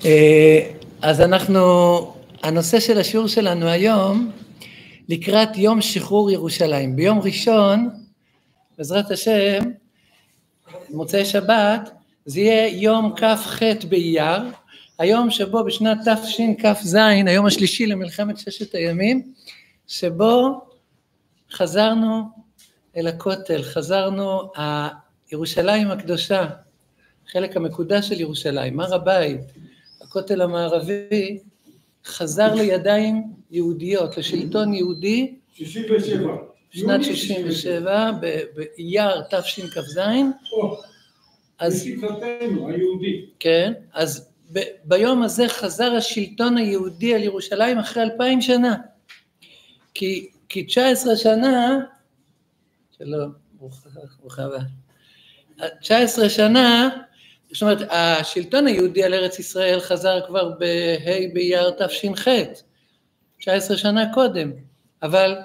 אז הנושא של השיעור שלנו היום, לקראת יום שחרור ירושלים. ביום ראשון, בעזרת השם, מוצאי שבת, זה יהיה יום כ"ח באייר, היום שבו בשנת תשכ"ז, היום השלישי למלחמת ששת הימים, שבו חזרנו אל הכותל, חזרנו ירושלים הקדושה, חלק המקודש של ירושלים, הר הבית, הכותל המערבי, חזר לידיים יהודיות, לשלטון יהודי, 67. שנת 67, באייר תשכ"ז. אז לשמחתנו היהודי. כן, אז ביום הזה חזר השלטון היהודי על ירושלים אחרי 2000 שנה. כי 19 שנה, שלום, ברוכה הבאה. 19 שנה, זאת אומרת, השלטון היהודי על ארץ ישראל חזר כבר בה' באייר תש"ח, 19 שנה קודם, אבל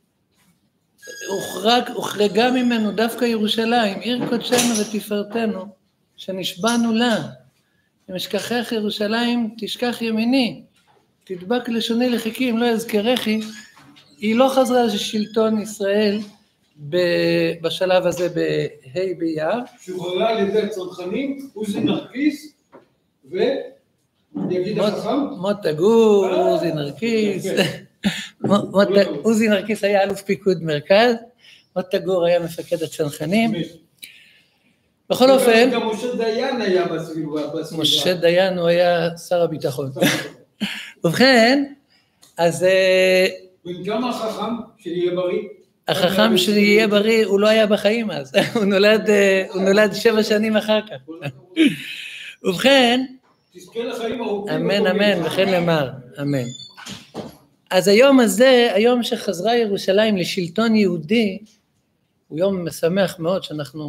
הוחרגה ממנו דווקא ירושלים, עיר קודשנו ותפארתנו, שנשבענו לה, אם אשכחך ירושלים תשכח ימיני, תדבק לשוני לחיקי אם לא אזכרכי. היא לא חזרה לשלטון ישראל בשלב הזה בה' באייר. שוחררה על ידי צנחנים, עוזי נרקיס ויגיד החכם? מוטה גור, עוזי נרקיס. עוזי נרקיס היה אלוף פיקוד מרכז, מוטה גור היה מפקד הצנחנים. בכל אופן, גם משה דיין היה בסביבה. משה דיין הוא היה שר הביטחון. ובכן, אז בן כמה החכם שיהיה בריא? החכם שיהיה בריא, הוא לא היה בחיים אז, הוא נולד 7 שנים אחר כך. ובכן, תזכה לחיים ארוכים. אמן, אמן, וכן למר, אמן. אז היום הזה, היום שחזרה ירושלים לשלטון יהודי, הוא יום משמח מאוד, שאנחנו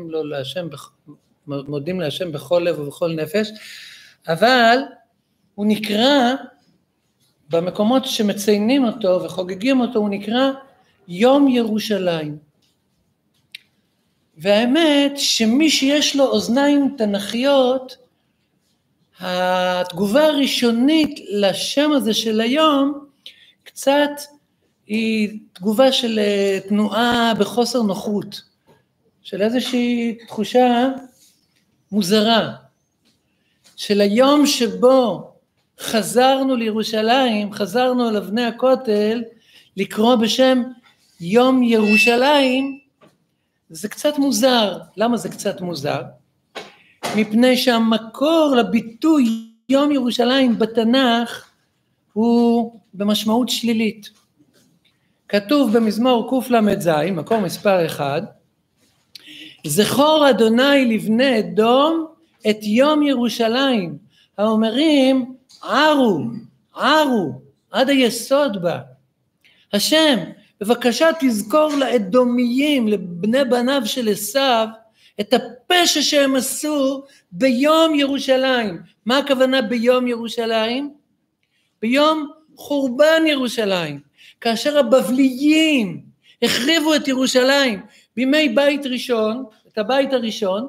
מודים להשם בכל לב ובכל נפש, אבל הוא נקרא, במקומות שמציינים אותו וחוגגים אותו, הוא נקרא יום ירושלים. והאמת שמי שיש לו אוזניים תנכיות, התגובה הראשונית לשם הזה של היום, קצת היא תגובה של תנועה בחוסר נוחות, של איזושהי תחושה מוזרה, של היום שבו חזרנו לירושלים, חזרנו אל אבני הכותל, לקרוא בשם יום ירושלים, זה קצת מוזר. למה זה קצת מוזר? מפני שהמקור לביטוי יום ירושלים בתנ"ך הוא במשמעות שלילית. כתוב במזמור קל"ז, מקור מספר 1, זכור אדוני לבני אדום את יום ירושלים, האומרים ערו, ערו, עד היסוד בה. השם, בבקשה תזכור לאדומיים, לבני בניו של עשיו, את הפשע שהם עשו ביום ירושלים. מה הכוונה ביום ירושלים? ביום חורבן ירושלים, כאשר הבבליים החריבו את ירושלים בימי בית ראשון, את הבית הראשון,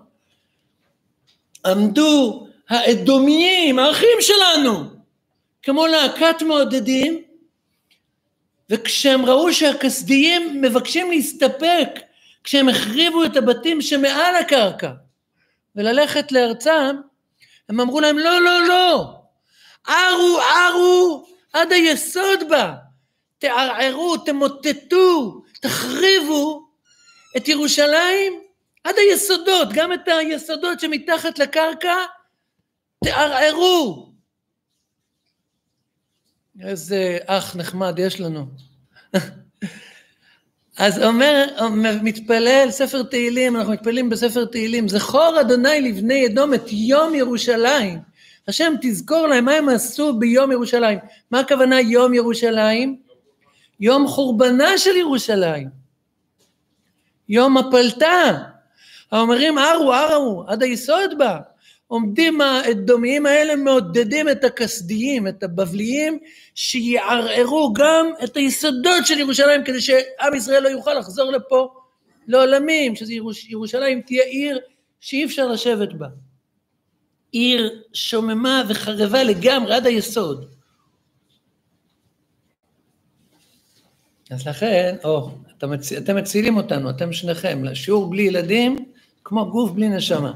עמדו האדומיים, האחים שלנו, כמו להקת מעודדים, וכשהם ראו שהכסדיים מבקשים להסתפק, כשהם החריבו את הבתים שמעל הקרקע, וללכת לארצם, הם אמרו להם, לא, לא, לא, ערו, ערו, עד היסוד בה, תערערו, תמוטטו, תחריבו את ירושלים, עד היסודות, גם את היסודות שמתחת לקרקע, תערערו. איזה אח נחמד יש לנו. אז מתפלל ספר תהילים, אנחנו מתפללים בספר תהילים, זכור אדוני לבני אדום את יום ירושלים, השם תזכור להם מה הם עשו ביום ירושלים. מה הכוונה יום ירושלים? יום חורבנה של ירושלים, יום הפלטה, האומרים ערו, ערו, עד היסוד בה. עומדים האדומיים האלה, מעודדים את הכסדיים, את הבבליים, שיערערו גם את היסודות של ירושלים, כדי שעם ישראל לא יוכל לחזור לפה לעולמים, שזה ירושלים תהיה עיר שאי אפשר לשבת בה. עיר שוממה וחרבה לגמרי עד היסוד. אז לכן, אתם מצילים אותנו, אתם שניכם, לשיעור בלי ילדים, כמו גוף בלי נשמה.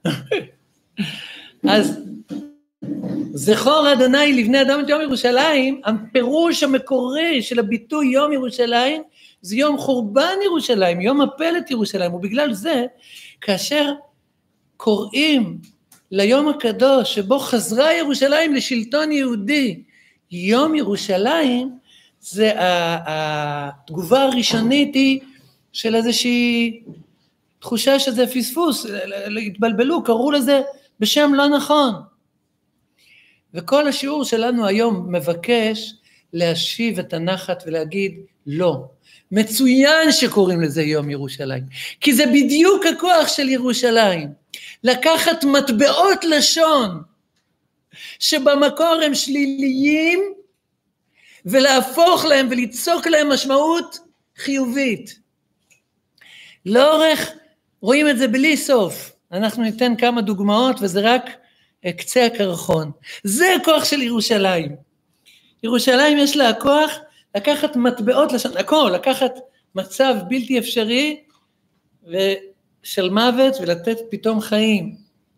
אז זכור אדוני לבני אדם את יום ירושלים, הפירוש המקורי של הביטוי יום ירושלים, זה יום חורבן ירושלים, יום הפלת ירושלים, ובגלל זה, כאשר קוראים ליום הקדוש, שבו חזרה ירושלים לשלטון יהודי, יום ירושלים, זה התגובה הראשונית היא של איזושהי תחושה שזה פספוס, התבלבלו, קראו לזה בשם לא נכון. וכל השיעור שלנו היום מבקש להשיב את הנחת ולהגיד לא. מצוין שקוראים לזה יום ירושלים, כי זה בדיוק הכוח של ירושלים, לקחת מטבעות לשון, שבמקור הם שליליים, ולהפוך להם וליצוק להם משמעות חיובית. לאורך, רואים את זה בלי סוף, אנחנו ניתן כמה דוגמאות וזה רק קצה הקרחון. זה הכוח של ירושלים. ירושלים יש לה הכוח לקחת מטבעות לשון, הכל, לקחת מצב בלתי אפשרי של מוות ולתת פתאום חיים.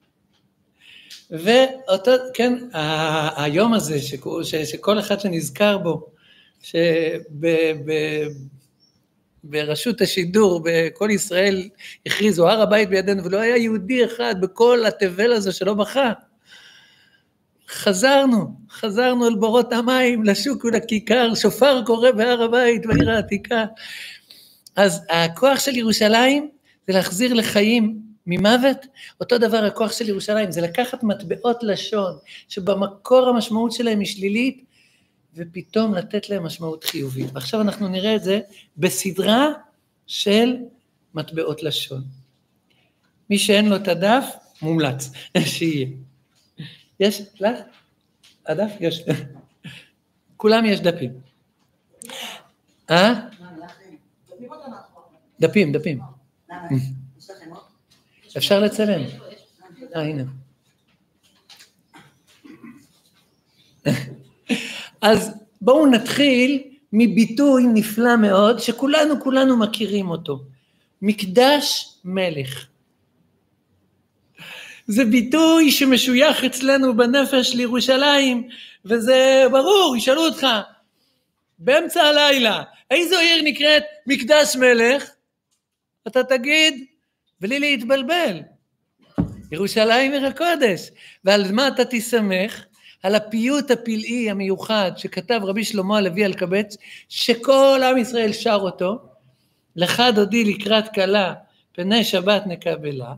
ואותו, כן, היום הזה שכל אחד שנזכר בו, ברשות השידור, בכל ישראל הכריזו, הר הבית בידינו, ולא היה יהודי אחד בכל התבל הזה שלא בכה. חזרנו אל בורות המים, לשוק ולכיכר, שופר קורא בהר הבית, בעיר העתיקה. אז הכוח של ירושלים זה להחזיר לחיים ממוות, אותו דבר הכוח של ירושלים, זה לקחת מטבעות לשון, שבמקור המשמעות שלהם היא שלילית, ופתאום לתת להם משמעות חיובית. ועכשיו אנחנו נראה את זה בסדרה של מטבעות לשון. מי שאין לו את הדף, מומלץ, שיהיה. יש לך? הדף? יש. כולם יש דפים. דפים. אפשר לצלם. הנה. אז בואו נתחיל מביטוי נפלא מאוד, שכולנו מכירים אותו. מקדש מלך. זה ביטוי שמשוייך אצלנו בנפש לירושלים, וזה ברור, ישאלו אותך, באמצע הלילה, איזו עיר נקראת מקדש מלך? אתה תגיד, בלי להתבלבל, ירושלים עיר הקודש. ועל מה אתה תסמך? על הפיוט הפלאי המיוחד שכתב רבי שלמה הלוי אלקבץ, שכל עם ישראל שר אותו, לך דודי לקראת כלה, פני שבת נקבלה,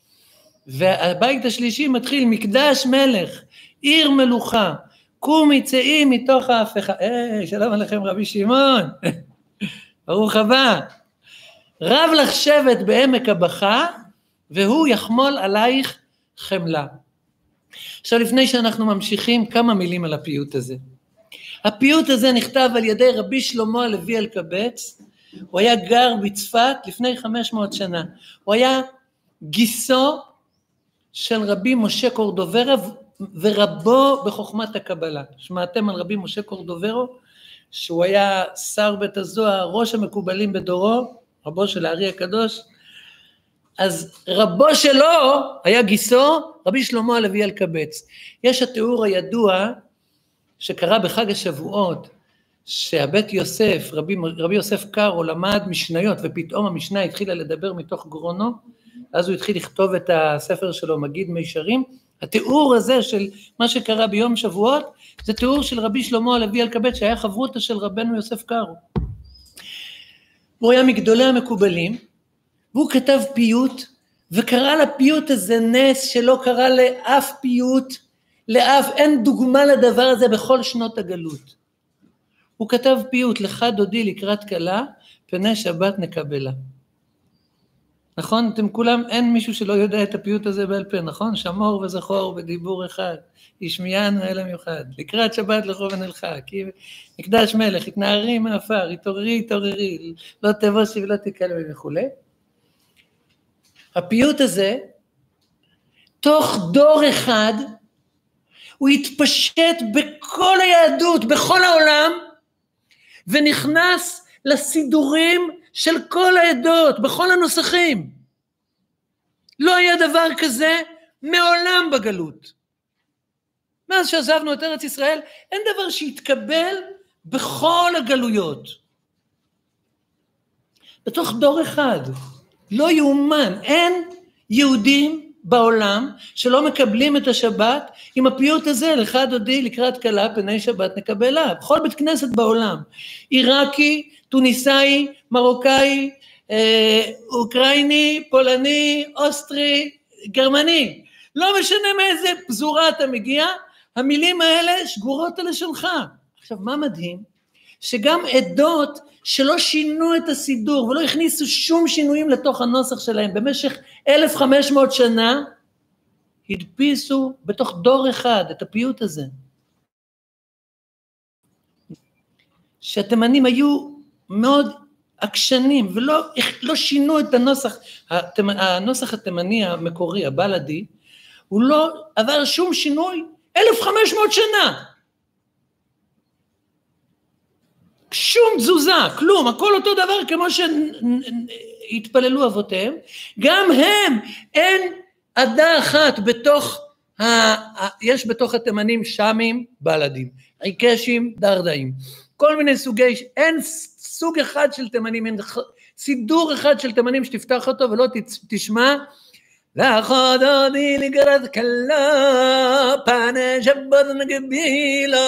והבית השלישי מתחיל, מקדש מלך, עיר מלוכה, קומי צאי מתוך ההפכה, שלום עליכם רבי שמעון, ברוך הבא, רב לך שבט בעמק הבכה, והוא יחמול עלייך חמלה. עכשיו לפני שאנחנו ממשיכים, כמה מילים על הפיוט הזה. הפיוט הזה נכתב על ידי רבי שלמה הלוי אלקבץ, הוא היה גר בצפת לפני 500 שנה, הוא היה גיסו של רבי משה קורדוברו ורבו בחוכמת הקבלה. שמעתם על רבי משה קורדוברו, שהוא היה שר בית הזוהר, ראש המקובלים בדורו, רבו של הארי הקדוש, אז רבו שלו היה גיסו, רבי שלמה הלוי אלקבץ. יש התיאור הידוע שקרה בחג השבועות, שהבית יוסף, רבי יוסף קארו למד משניות, ופתאום המשנה התחילה לדבר מתוך גרונו, אז הוא התחיל לכתוב את הספר שלו, מגיד מישרים. התיאור הזה של מה שקרה ביום שבועות, זה תיאור של רבי שלמה הלוי אלקבץ, שהיה חברותא של רבנו יוסף קארו. הוא היה מגדולי המקובלים, והוא כתב פיוט, וקרא לפיוט הזה נס שלא קרא לאף פיוט, אין דוגמה לדבר הזה בכל שנות הגלות. הוא כתב פיוט, לך דודי לקראת כלה, פני שבת נקבלה. נכון? אתם כולם, אין מישהו שלא יודע את הפיוט הזה בעל פה, נכון? שמור וזכור בדיבור אחד, ישמיענו אל המיוחד, לקראת שבת לכו ונלכה, כי מקדש מלך, התנערי מעפר, התעוררי, לא תבושי ולא תקלמי וכו'. הפיוט הזה, תוך דור אחד, הוא התפשט בכל היהדות, בכל העולם, ונכנס לסידורים של כל העדות, בכל הנוסחים. לא היה דבר כזה מעולם בגלות. מאז שעזבנו את ארץ ישראל, אין דבר שהתקבל בכל הגלויות. בתוך דור אחד, לא יאומן, אין יהודים בעולם שלא מקבלים את השבת עם הפיוט הזה, לך דודי לקראת כלה פני שבת נקבלה, בכל בית כנסת בעולם, עיראקי, טוניסאי, מרוקאי, אוקראיני, פולני, אוסטרי, גרמני, לא משנה מאיזה פזורה אתה מגיע, המילים האלה שגורות על לשונך. עכשיו מה מדהים? שגם עדות שלא שינו את הסידור ולא הכניסו שום שינויים לתוך הנוסח שלהם במשך 1500 שנה, הדפיסו בתוך דור אחד את הפיוט הזה. שהתימנים היו מאוד עקשנים ולא שינו את הנוסח, הנוסח התימני המקורי, הבלדי, הוא לא עבר שום שינוי 1500 שנה. שום תזוזה, כלום, הכל אותו דבר כמו שהתפללו אבותיהם, גם הם, אין עדה אחת בתוך, יש בתוך התימנים שמים, בלדים, עיקשים, דרדאים, כל מיני סוגי, אין סוג אחד של תימנים, אין סידור אחד של תימנים שתפתח אותו ולא תשמע, לחדודי לגרד כלה, פנה שבת נגבילה,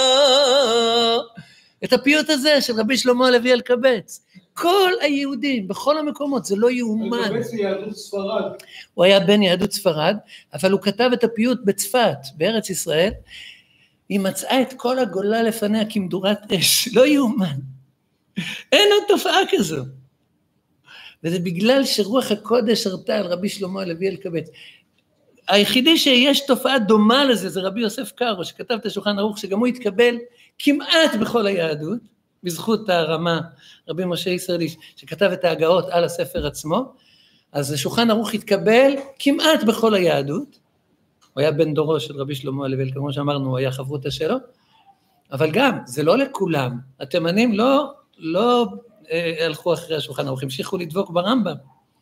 את הפיוט הזה של רבי שלמה הלוי אלקבץ, כל היהודים, בכל המקומות, זה לא יאומן. אלקבץ יהדות ספרד. הוא היה בן יהדות ספרד, אבל הוא כתב את הפיוט בצפת, בארץ ישראל, היא מצאה את כל הגולה לפניה כמדורת אש, לא יאומן. אין עוד תופעה כזו. וזה בגלל שרוח הקודש הרתה על רבי שלמה הלוי אלקבץ. היחידי שיש תופעה דומה לזה, זה רבי יוסף קארו, שכתב את השולחן ערוך, שגם הוא התקבל כמעט בכל היהדות, בזכות הרמה, רבי משה ישראליש, שכתב את ההגאות על הספר עצמו, אז השולחן ערוך התקבל כמעט בכל היהדות, הוא היה בן דורו של רבי שלמה הלוי, כמו שאמרנו, הוא היה חברותא שלו, אבל גם, זה לא לכולם, התימנים לא הלכו אחרי השולחן ערוך, המשיכו לדבוק ברמב"ם,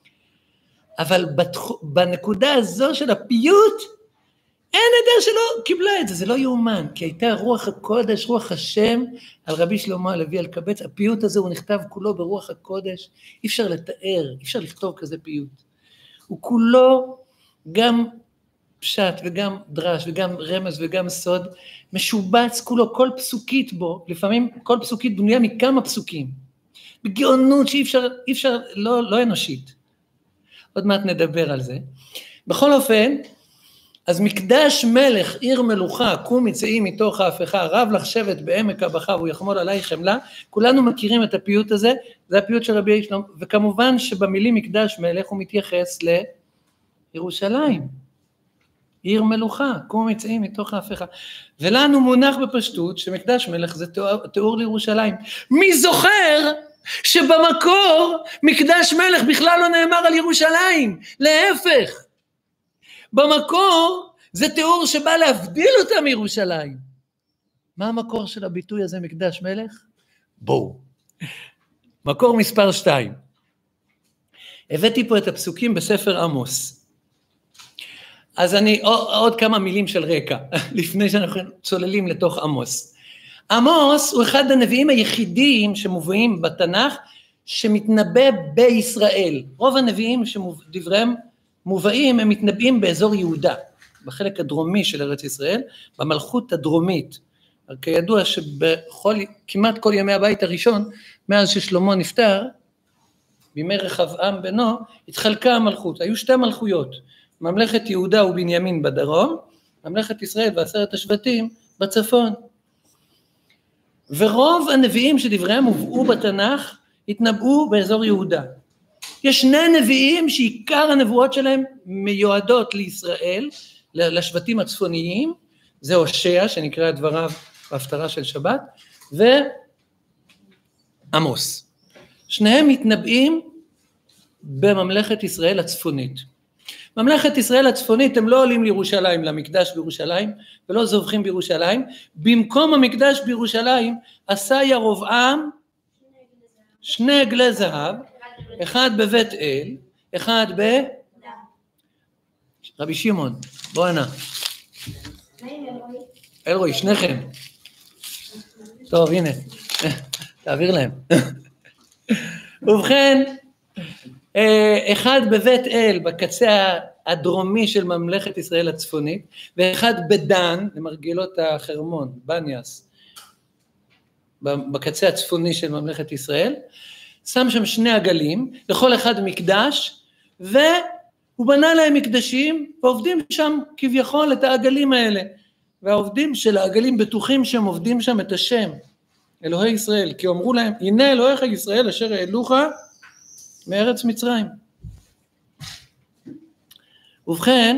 אבל בנקודה הזו של הפיוט, אין עדה שלא קיבלה את זה, זה לא יאומן, כי הייתה רוח הקודש, רוח השם, על רבי שלמה הלוי אלקבץ, הפיוט הזה הוא נכתב כולו ברוח הקודש, אי אפשר לתאר, אי אפשר לכתוב כזה פיוט, הוא כולו גם פשט וגם דרש וגם רמז וגם סוד, משובץ כולו, כל פסוקית בו, לפעמים כל פסוקית בנויה מכמה פסוקים, בגאונות שאי אפשר, לא אנושית, עוד מעט נדבר על זה, בכל אופן, אז מקדש מלך, עיר מלוכה, קום יצאי מתוך ההפכה, רב לך שבט בעמק הבכה, והוא יחמול עליי חמלה, כולנו מכירים את הפיוט הזה, זה הפיוט של רבי שלמה, וכמובן שבמילים מקדש מלך הוא מתייחס לירושלים, עיר מלוכה, קום יצאי מתוך ההפכה, ולנו מונח בפשטות שמקדש מלך זה תיאור לירושלים, מי זוכר שבמקור מקדש מלך בכלל לא נאמר על ירושלים, להפך, במקור זה תיאור שבא להבדיל אותה מירושלים. מה המקור של הביטוי הזה מקדש מלך? בואו. מקור מספר 2. הבאתי פה את הפסוקים בספר עמוס. אז עוד כמה מילים של רקע, לפני שאנחנו צוללים לתוך עמוס. עמוס הוא אחד הנביאים היחידים שמובאים בתנ"ך, שמתנבא בישראל. רוב הנביאים שדבריהם מובאים, הם מתנבאים באזור יהודה, בחלק הדרומי של ארץ ישראל, במלכות הדרומית. כידוע שכמעט כל ימי הבית הראשון, מאז ששלמה נפטר, בימי רחבעם בנו, התחלקה המלכות. היו שתי מלכויות, ממלכת יהודה ובנימין בדרום, ממלכת ישראל ועשרת השבטים בצפון. ורוב הנביאים שדבריהם הובאו בתנ"ך, התנבאו באזור יהודה. יש שני נביאים שעיקר הנבואות שלהם מיועדות לישראל, לשבטים הצפוניים, זה הושע שנקרא את דבריו בהפטרה של שבת, ועמוס. שניהם מתנבאים בממלכת ישראל הצפונית. ממלכת ישראל הצפונית, הם לא עולים לירושלים, למקדש בירושלים, ולא זובחים בירושלים, במקום המקדש בירושלים, עשה ירבעם 2 עגלי זהב, אחד בבית אל, אחד רבי שמעון, בוא הנה. אלרועי, שניכם. טוב, הנה, תעביר להם. ובכן, אחד בבית אל, בקצה הדרומי של ממלכת ישראל הצפונית, ואחד בדן, למרגלות החרמון, בניאס, בקצה הצפוני של ממלכת ישראל, שם שם 2 עגלים, לכל אחד מקדש, והוא בנה להם מקדשים, ועובדים שם כביכול את העגלים האלה, והעובדים של העגלים בטוחים שהם עובדים שם את השם, אלוהי ישראל, כי אמרו להם, הנה אלוהיך ישראל אשר העלוך מארץ מצרים. ובכן,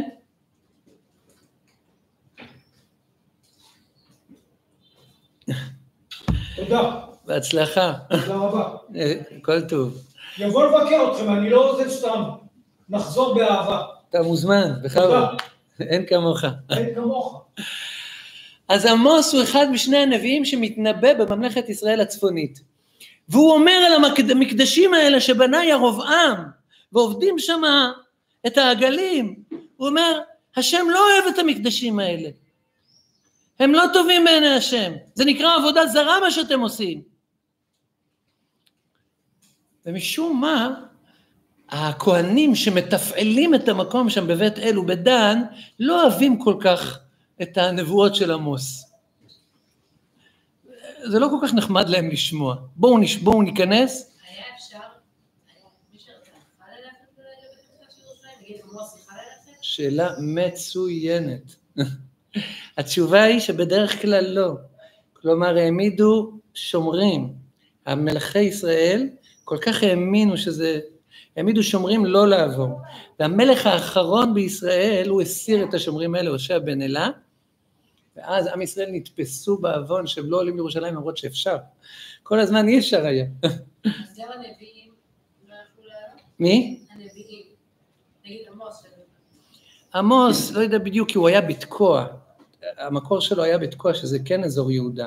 תודה. בהצלחה. תודה רבה. כל טוב. יבוא לבקר אתכם, אני לא עוזב סתם. נחזור באהבה. אתה מוזמן, בכבוד. אין כמוך. אין כמוך. אז עמוס הוא אחד משני הנביאים שמתנבא בממלכת ישראל הצפונית. והוא אומר על המקדשים האלה שבנה ירבעם, ועובדים שם את העגלים, הוא אומר, השם לא אוהב את המקדשים האלה. הם לא טובים בעיני השם. זה נקרא עבודה זרה מה שאתם עושים. ומשום מה, הכהנים שמתפעלים את המקום שם בבית אל ובדן, לא אוהבים כל כך את הנבואות של עמוס. זה לא כל כך נחמד להם לשמוע. בואו ניכנס. היה אפשר, מי שרצה, חל ללכת לבית המקדש ירושלים, נגיד עמוס יכל ללכת? שאלה מצוינת. התשובה היא שבדרך כלל לא. כלומר, העמידו שומרים. המלכי ישראל כל כך האמינו העמידו שומרים לא לעבור. והמלך האחרון בישראל, הוא הסיר את השומרים האלה, הושע בן אלה, ואז עם ישראל נתפסו בעוון שהם לא עולים לירושלים, למרות שאפשר. כל הזמן אי אפשר היה. אז גם הנביאים לא יכלו לעלות? מי? הנביאים. נגיד עמוס. עמוס, לא יודע בדיוק, כי הוא היה בתקוע. המקור שלו היה בתקוע, שזה כן אזור יהודה.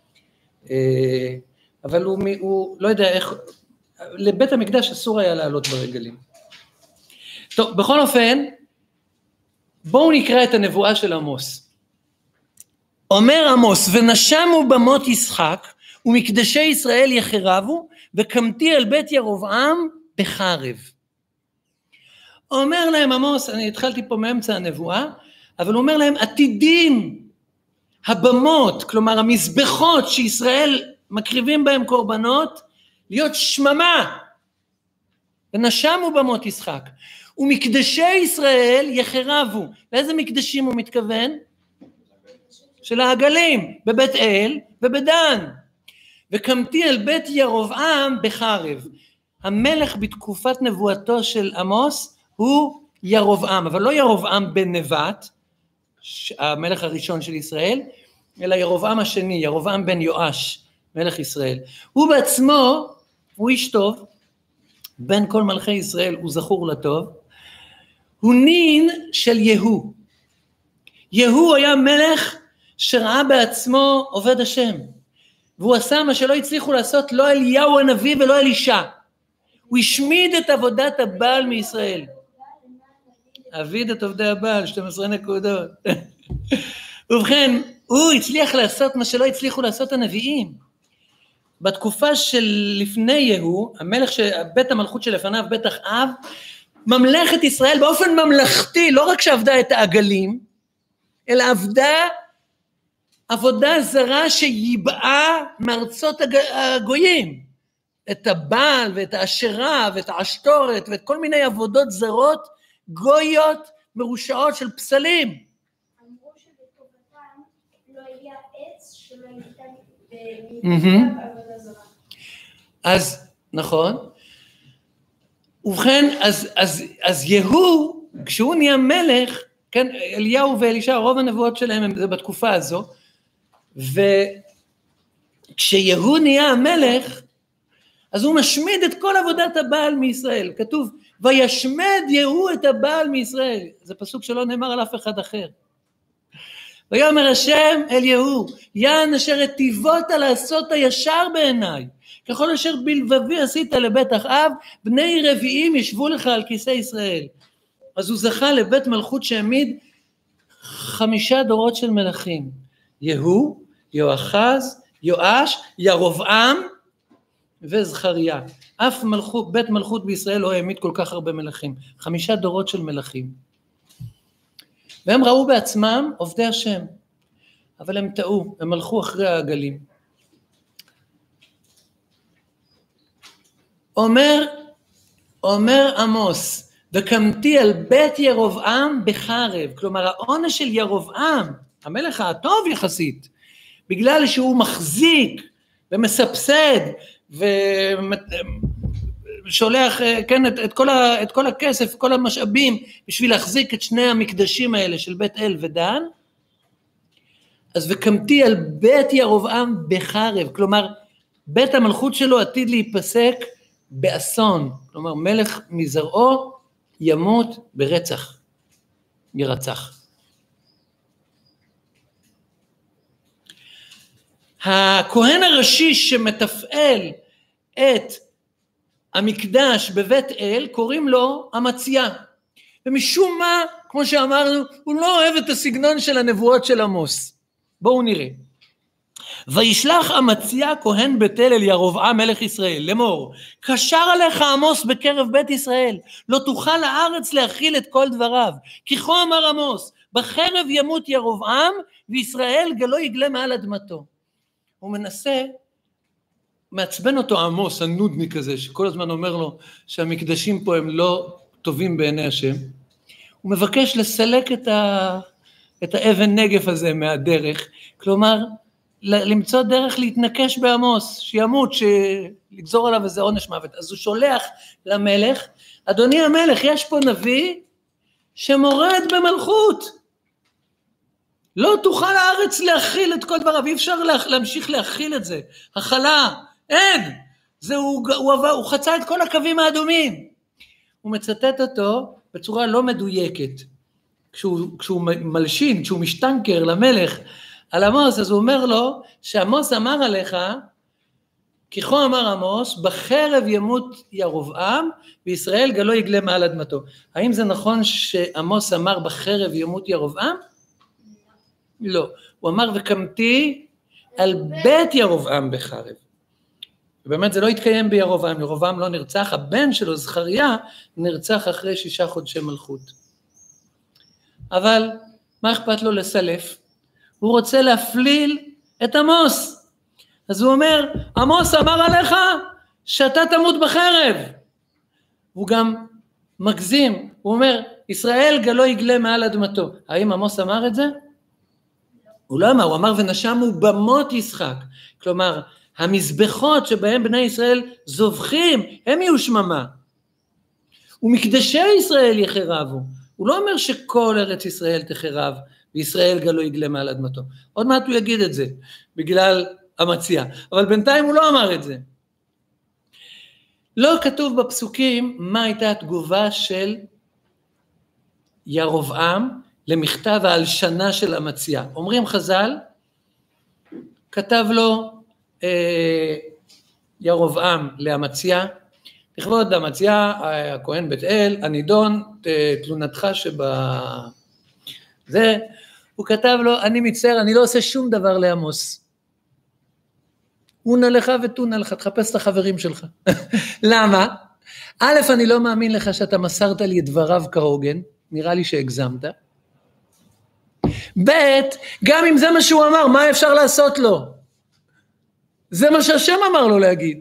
אבל הוא לא יודע איך, לבית המקדש אסור היה לעלות ברגלים. טוב, בכל אופן, בואו נקרא את הנבואה של עמוס. אומר עמוס, ונשמו במות ישחק, ומקדשי ישראל יחרבו, וקמתי על בית ירבעם בחרב. אומר להם עמוס, אני התחלתי פה מאמצע הנבואה, אבל הוא אומר להם, עתידים הבמות, כלומר המזבחות שישראל מקריבים בהם קורבנות, להיות שממה, ונשמו במות ישחק, ומקדשי ישראל יחרבו. לאיזה מקדשים הוא מתכוון? של העגלים, בבית אל ובדן. וקמתי על בית ירבעם בחרב. המלך בתקופת נבואתו של עמוס הוא ירבעם, אבל לא ירבעם בן נבט, המלך הראשון של ישראל, אלא ירבעם השני, ירבעם בן יואש, מלך ישראל. הוא בעצמו, הוא איש טוב, בין כל מלכי ישראל הוא זכור לטוב, הוא נין של יהוא. יהוא היה מלך שראה בעצמו עובד השם, והוא עשה מה שלא הצליחו לעשות לא אליהו הנביא ולא אלישע. הוא השמיד את עבודת הבעל מישראל. אביד את עובדי הבעל, 12 נקודות. ובכן, הוא הצליח לעשות מה שלא הצליחו לעשות הנביאים. בתקופה של לפני יהוא, המלך בית המלכות שלפניו, בית אחאב, ממלכת ישראל באופן ממלכתי, לא רק שעבדה את העגלים, אלא עבדה עבודה זרה שיבעה מארצות הגויים, את הבעל ואת האשרה ואת העשתורת ואת כל מיני עבודות זרות, גויות מרושעות של פסלים. אמרו שבטובתם לא היה עץ שלא ניתן בעבודה זרה. אז, נכון. ובכן, אז יהוא, כשהוא נהיה מלך, כן, אליהו ואלישע, רוב הנבואות שלהם זה בתקופה הזו, וכשיהוא נהיה המלך, אז הוא משמיד את כל עבודת הבעל מישראל. כתוב, וישמד יהוא את הבעל מישראל. זה פסוק שלא נאמר על אף אחד אחר. ויאמר השם אל יהוא, יען אשר היטיבות לעשות הישר בעיניי, ככל אשר בלבבי עשית לבית אחאב, בני רביעים ישבו לך על כיסא ישראל. אז הוא זכה לבית מלכות שהעמיד 5 דורות של מלכים, יהוא, יואחז, יואש, ירבעם וזכריה. אף בית מלכות בישראל לא העמיד כל כך הרבה מלכים, 5 דורות של מלכים. והם ראו בעצמם עובדי השם, אבל הם טעו, הם הלכו אחרי העגלים. אומר עמוס, וקמתי על בית ירבעם בחרב, כלומר העונש של ירבעם, המלך הטוב יחסית, בגלל שהוא מחזיק ומסבסד ושולח כן, את כל הכסף, כל המשאבים, בשביל להחזיק את 2 המקדשים האלה של בית אל ודן, אז וקמתי על בית ירבעם בחרב, כלומר בית המלכות שלו עתיד להיפסק באסון, כלומר מלך מזרעו ימות ברצח, ירצח. הכהן הראשי שמתפעל את המקדש בבית אל, קוראים לו אמציה, ומשום מה, כמו שאמרנו, הוא לא אוהב את הסגנון של הנבואות של עמוס. בואו נראה. וישלח אמציה כהן בית אל אל ירבעם מלך ישראל, לאמור, קשר עליך עמוס בקרב בית ישראל, לא תוכל לארץ להכיל את כל דבריו, כי כה אמר עמוס, בחרב ימות ירבעם, וישראל גלו יגלה מעל אדמתו. הוא מנסה, מעצבן אותו עמוס, הנודניק הזה, שכל הזמן אומר לו, שהמקדשים פה הם לא טובים בעיני השם, הוא מבקש לסלק את האבן נגף הזה מהדרך, כלומר, למצוא דרך להתנקש בעמוס, שימות, לגזור עליו איזה עונש מוות. אז הוא שולח למלך, אדוני המלך, יש פה נביא שמורד במלכות, לא תוכל הארץ להכיל את כל דבריו, אי אפשר להמשיך להכיל את זה, הכלה, אין, הוא חצה את כל הקווים האדומים. הוא מצטט אותו בצורה לא מדויקת, כשהוא מלשין, כשהוא משתנקר למלך, על עמוס, אז הוא אומר לו, שעמוס אמר עליך, כי כה אמר עמוס, בחרב ימות ירבעם, וישראל גלו יגלה מעל אדמתו. האם זה נכון שעמוס אמר בחרב ימות ירבעם? לא. הוא אמר, וקמתי על בית ירבעם בחרב. ובאמת זה לא התקיים בירבעם, ירבעם לא נרצח, הבן שלו, זכריה, נרצח אחרי 6 חודשי מלכות. אבל מה אכפת לו לסלף? הוא רוצה להפליל את עמוס. אז הוא אומר, עמוס אמר עליך שאתה תמות בחרב. הוא גם מגזים, הוא אומר, ישראל גלו יגלה מעל אדמתו. האם עמוס אמר את זה? הוא לא אמר, הוא אמר ונשמו במות ישחק. כלומר, המזבחות שבהם בני ישראל זובחים, הם יהיו שממה. ומקדשי ישראל יחרבו. הוא לא אומר שכל ארץ ישראל תחרב, וישראל גלו יגלה מעל אדמתו. עוד מעט הוא יגיד את זה, בגלל אמציה. אבל בינתיים הוא לא אמר את זה. לא כתוב בפסוקים מה הייתה התגובה של ירבעם למכתב ההלשנה של אמציה. אומרים חז"ל, כתב לו ירבעם לאמציה, לכבוד אמציה, הכהן בית אל, הנידון, תלונתך זה, הוא כתב לו, אני מצטער, אני לא עושה שום דבר לעמוס. אונה לך ותונה לך, תחפש את החברים שלך. למה? א', אני לא מאמין לך שאתה מסרת לי את דבריו כהוגן, נראה לי שהגזמת. ב', גם אם זה מה שהוא אמר, מה אפשר לעשות לו? זה מה שהשם אמר לו להגיד.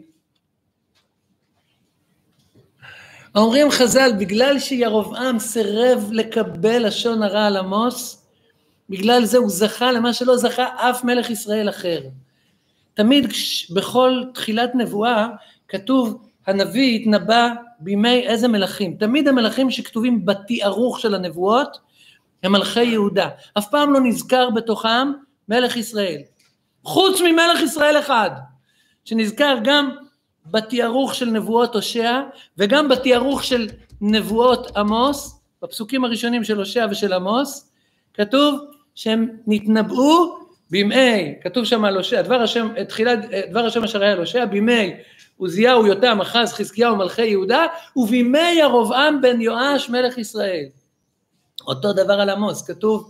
אומרים חז"ל, בגלל שירבעם סירב לקבל לשון הרע על עמוס, בגלל זה הוא זכה למה שלא זכה אף מלך ישראל אחר. תמיד בכל תחילת נבואה כתוב, הנביא התנבא בימי איזה מלכים. תמיד המלכים שכתובים בתיארוך של הנבואות, הם מלכי יהודה. אף פעם לא נזכר בתוכם מלך ישראל. חוץ ממלך ישראל אחד, שנזכר גם בתיארוך של נבואות הושע, וגם בתיארוך של נבואות עמוס, בפסוקים הראשונים של הושע ושל עמוס, כתוב שהם נתנבאו בימי, כתוב שם על הושע, דבר השם אשר היה על הושע, בימי עוזיהו, יותם, אחז, חזקיהו, מלכי יהודה, ובימי ירבעם בן יואש מלך ישראל. אותו דבר על עמוס, כתוב,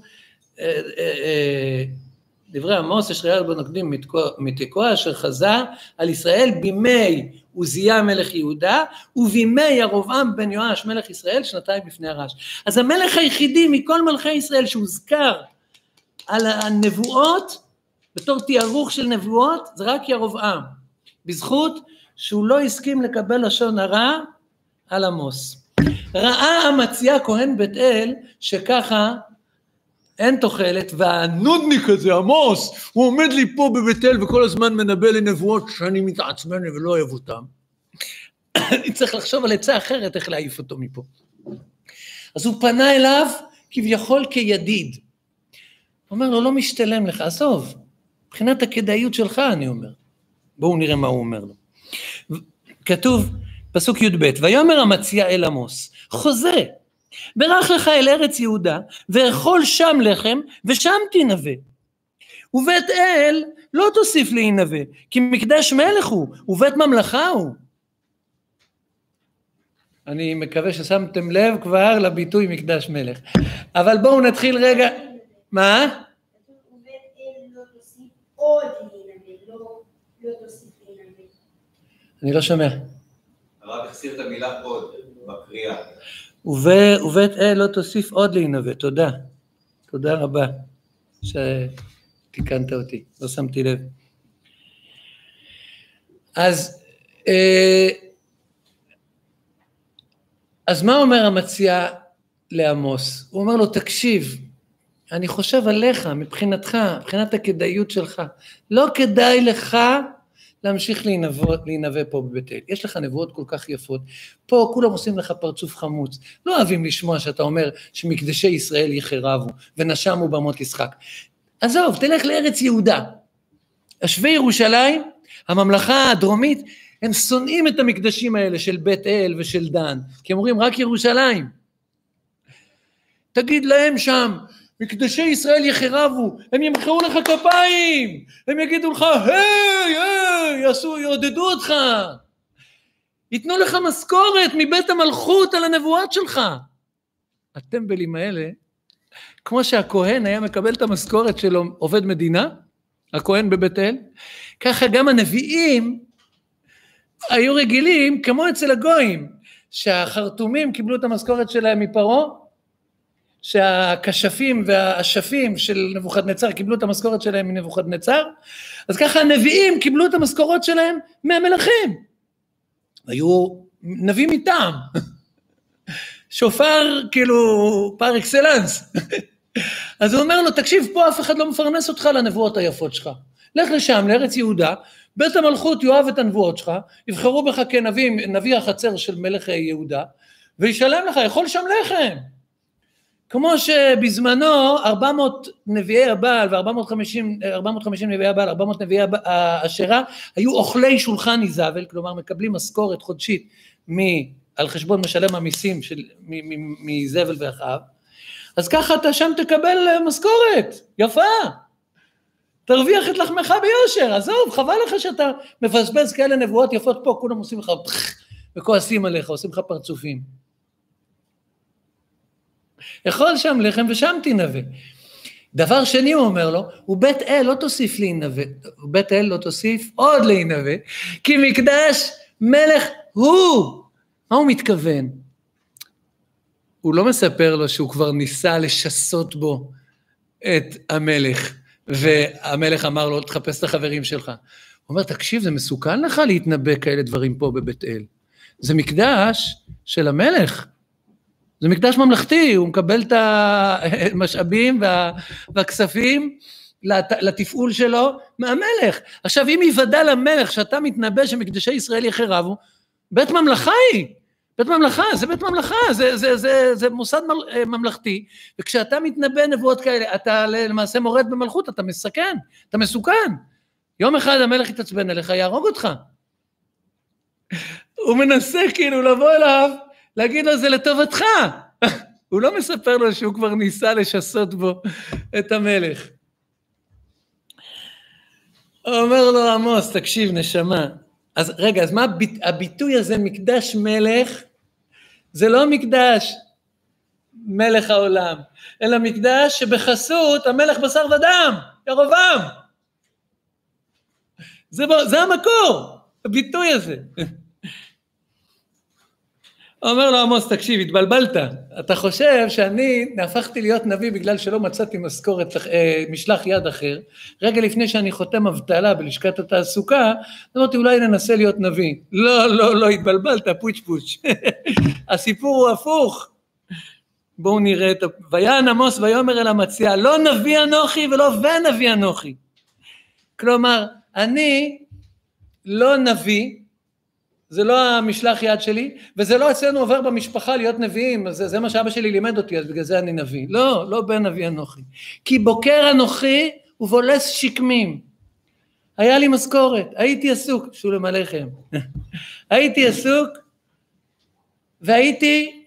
דברי עמוס, אשר היה בו נוקדים מתקוע, אשר חזה על ישראל בימי עוזיה מלך יהודה, ובימי ירבעם בן יואש מלך ישראל, 2 לפני הרש. אז המלך היחידי מכל מלכי ישראל שהוזכר על הנבואות, בתור תיארוך של נבואות, זה רק ירבעם, בזכות שהוא לא הסכים לקבל לשון הרע על עמוס. ראה אמציה כהן בית אל, שככה אין תוחלת, והנודניק הזה, עמוס, הוא עומד לי פה בבית אל, וכל הזמן מנבא לי נבואות שאני מתעצבן ולא אוהב אותם. אני צריך לחשוב על עצה אחרת, איך להעיף אותו מפה. אז הוא פנה אליו, כביכול כידיד. הוא אומר לו, לא משתלם לך, עזוב, מבחינת הכדאיות שלך, אני אומר. בואו נראה מה הוא אומר לו. כתוב, פסוק י"ב, ויאמר אמציה אל עמוס, חוזה, ברח לך אל ארץ יהודה, ואכול שם לחם, ושם תנבא. ובית אל לא תוסיף להינבא, כי מקדש מלך הוא, ובית ממלכה הוא. אני מקווה ששמתם לב כבר לביטוי מקדש מלך. אבל בואו נתחיל רגע, מה? ובית אל לא תוסיף עוד להינבא, לא תוסיף להינבא. אני לא שומע. הרב החסיר את המילה עוד בקריאה. ובית אל לא תוסיף עוד להינבא, תודה. תודה רבה שתיקנת אותי, לא שמתי לב. אז מה אומר אמציה לעמוס? הוא אומר לו, תקשיב, אני חושב עליך, מבחינתך, מבחינת הכדאיות שלך, לא כדאי לך להמשיך להינבא פה בבית אל. יש לך נבואות כל כך יפות, פה כולם עושים לך פרצוף חמוץ, לא אוהבים לשמוע שאתה אומר שמקדשי ישראל יחרבו, ונשמו במות ישחק. עזוב, תלך לארץ יהודה. יושבי ירושלים, הממלכה הדרומית, הם שונאים את המקדשים האלה של בית אל ושל דן, כי הם אומרים רק ירושלים. תגיד להם שם, מקדשי ישראל יחרבו, הם ימחאו לך כפיים, הם יגידו לך, היי, יעודדו אותך, ייתנו לך משכורת מבית המלכות על הנבואות שלך. הטמבלים האלה, כמו שהכהן היה מקבל את המשכורת שלו, עובד מדינה, הכהן בבית אל, ככה גם הנביאים היו רגילים, כמו אצל הגויים, שהחרטומים קיבלו את המשכורת שלהם מפרעה, שהכשפים והאשפים של נבוכדנצר קיבלו את המשכורת שלהם מנבוכדנצר, אז ככה הנביאים קיבלו את המשכורות שלהם מהמלכים. היו נביא מטעם, שופר כאילו פר אקסלנס. אז הוא אומר לו, תקשיב, פה אף אחד לא מפרנס אותך לנבואות היפות שלך. לך לשם, לארץ יהודה, בית המלכות יאהב את הנבואות שלך, יבחרו בך כנביא החצר של מלך יהודה, וישלם לך, יכול שם לחם. כמו שבזמנו 400 נביאי הבעל ו-450 נביאי הבעל, 400 נביאי האשרה, היו אוכלי שולחן איזבל, כלומר מקבלים משכורת חודשית על חשבון משלם המיסים מזבל ואחאב, אז ככה אתה שם תקבל משכורת, יפה, תרוויח את לחמך ביושר, עזוב, חבל לך שאתה מבזבז כאלה נבואות יפות פה, כולם עושים לך וכועסים עליך, עושים לך פרצופים. אכול שם לחם ושם תנבא. דבר שני הוא אומר לו, ובית אל לא תוסיף להינבא, ובית אל לא תוסיף עוד להינבא, כי מקדש מלך הוא. מה הוא מתכוון? הוא לא מספר לו שהוא כבר ניסה לשסות בו את המלך, והמלך אמר לו, תחפש את החברים שלך. הוא אומר, תקשיב, זה מסוכן לך להתנבא כאלה דברים פה בבית אל. זה מקדש של המלך. זה מקדש ממלכתי, הוא מקבל את המשאבים והכספים לתפעול שלו מהמלך. עכשיו, אם יוודע למלך שאתה מתנבא שמקדשי ישראל יחרבו, בית ממלכה היא, בית ממלכה, זה בית ממלכה, זה מוסד ממלכתי, וכשאתה מתנבא נבואות כאלה, אתה למעשה מורד במלכות, אתה מסכן, אתה מסוכן. יום אחד המלך יתעצבן אליך, יהרוג אותך. הוא מנסה כאילו לבוא אליו, להגיד לו זה לטובתך. הוא לא מספר לו שהוא כבר ניסה לשסות בו את המלך. הוא אומר לו, עמוס, תקשיב, נשמה. אז רגע, אז מה הביטוי הזה, מקדש מלך, זה לא מקדש מלך העולם, אלא מקדש שבחסות המלך בשר ודם, ירבעם. זה המקור, הביטוי הזה. הוא אומר לו, עמוס, תקשיב, התבלבלת. אתה חושב שאני הפכתי להיות נביא בגלל שלא מצאתי משלח יד אחר. רגע לפני שאני חותם אבטלה בלשכת התעסוקה, אמרתי, אולי ננסה להיות נביא. לא, התבלבלת, פוץ'. הסיפור הוא הפוך. בואו נראה את... ויען עמוס ויאמר אל המציע, לא נביא אנוכי ולא ונביא אנוכי. כלומר, אני לא נביא, זה לא המשלח יד שלי, וזה לא אצלנו עובר במשפחה להיות נביאים, זה מה שאבא שלי לימד אותי, אז בגלל זה אני נביא. לא בן נביא אנוכי. כי בוקר אנוכי ובולס שקמים. היה לי משכורת, הייתי עסוק, שולם עליכם. הייתי עסוק, והייתי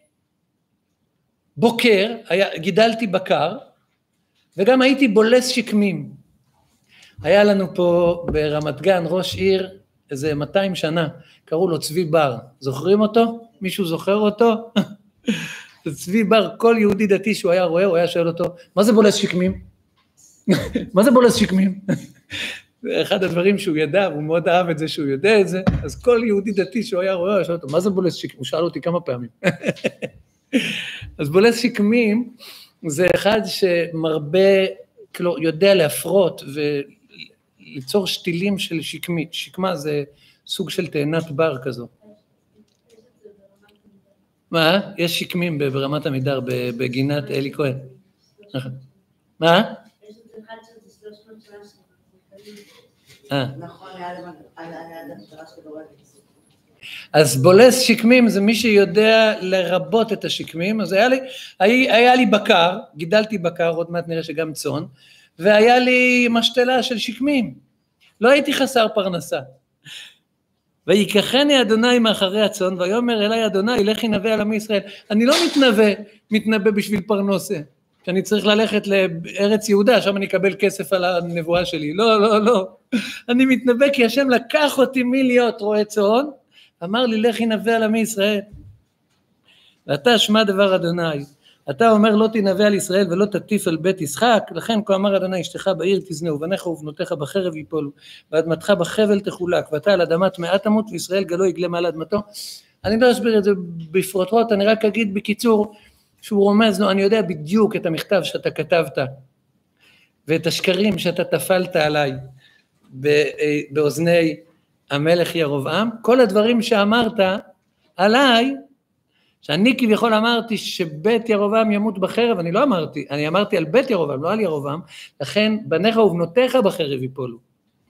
בוקר, גידלתי בקר, וגם הייתי בולס שקמים. היה לנו פה ברמת גן ראש עיר, איזה 200 שנה, קראו לו צבי בר, זוכרים אותו? מישהו זוכר אותו? צבי בר, כל יהודי דתי שהוא היה רואה, הוא היה שואל אותו, מה זה בולס שקמים? מה זה בולס שקמים? אחד הדברים שהוא ידע, הוא מאוד אהב את זה שהוא יודע את זה, אז כל יהודי דתי שהוא היה רואה, הוא שואל אותו, מה זה בולס שקמים? הוא שאל אותי כמה פעמים. אז בולס שקמים, זה אחד שמרבה, כאילו, יודע להפרות וליצור שתילים של שקמית. שקמה זה סוג של תאנת בר כזו. מה? יש שקמים ברמת עמידר, בגינת אלי כהן. מה? יש את זה אחד שזה 300 שנה נכון, היה לאדם שרה שגורל. אז בולס שקמים זה מי שיודע לרבות את השקמים, אז היה לי בקר, גידלתי בקר, עוד מעט נראה שגם צאן, והיה לי משתלה של שקמים, לא הייתי חסר פרנסה. ויקחני אדוני מאחרי הצאן, ויאמר אליי אדוני, לכי נבא על עמי ישראל. אני לא מתנבא בשביל פרנסה, שאני צריך ללכת לארץ יהודה, שם אני אקבל כסף על הנבואה שלי. לא. אני מתנבא כי השם לקח אותי מלהיות רועה צאן, אמר לי, לכי נבא על עמי ישראל. ואתה שמע דבר אדוני. אתה אומר, לא תנבא על ישראל ולא תטיף על בית ישחק, לכן כה אמר אדוני, אשתך בעיר תזנה, ובניך ובנותיך בחרב ייפולו, ואדמתך בחבל תחולק, ואתה על אדמת מעט תמות, וישראל גלו יגלה מעל אדמתו. אני לא אסביר את זה בפרוטרוט, אני רק אגיד בקיצור, שהוא רומז לו, אני יודע בדיוק את המכתב שאתה כתבת, ואת השקרים שאתה תפלת עליי, באוזני המלך ירבעם, כל הדברים שאמרת עליי, שאני כביכול אמרתי שבית ירבעם ימות בחרב, אני לא אמרתי, אני אמרתי על בית ירבעם, לא על ירבעם, לכן בניך ובנותיך בחרב ייפולו.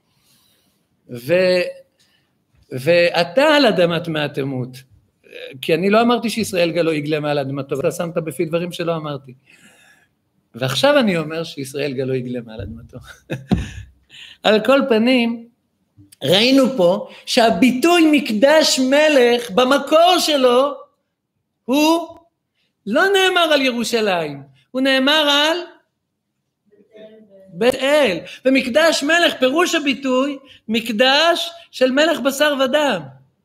ואתה על אדמת מעט תמות, כי אני לא אמרתי שישראל גלו יגלה מעל אדמתו, ואתה שמת בפי דברים שלא אמרתי. ועכשיו אני אומר שישראל גלו יגלה מעל אדמתו. על כל פנים, ראינו פה שהביטוי מקדש מלך במקור שלו, הוא לא נאמר על ירושלים, הוא נאמר על בית אל, ומקדש מלך פירוש הביטוי, מקדש של מלך בשר ודם.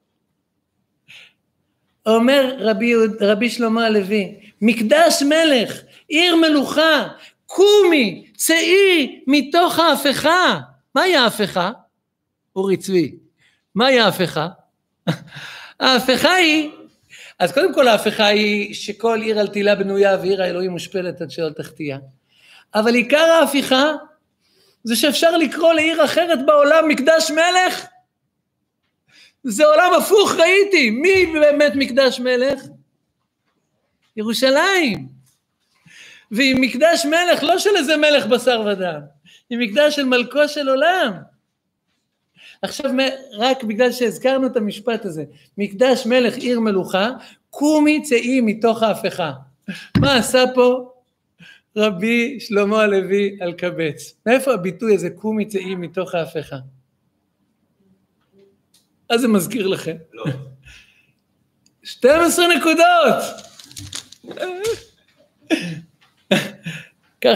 אומר רבי שלמה הלוי, מקדש מלך, עיר מלוכה, קומי, צאי מתוך ההפכה. מהי ההפכה? אורי צבי, מהי ההפכה? ההפכה היא, אז קודם כל ההפכה היא שכל עיר על תילה בנויה ועיר האלוהים מושפלת עד שאל תחתיה. אבל עיקר ההפיכה זה שאפשר לקרוא לעיר אחרת בעולם מקדש מלך. זה עולם הפוך, ראיתי. מי באמת מקדש מלך? ירושלים. והיא מקדש מלך לא של איזה מלך בשר ודם, היא מקדש של מלכו של עולם. עכשיו רק בגלל שהזכרנו את המשפט הזה, מקדש מלך עיר מלוכה, קומי צאי מתוך ההפכה. מה עשה פה רבי שלמה הלוי אלקבץ? מאיפה הביטוי הזה, קומי צאי מתוך ההפכה? אז זה מזכיר לכם. לא. 12 נקודות. כך.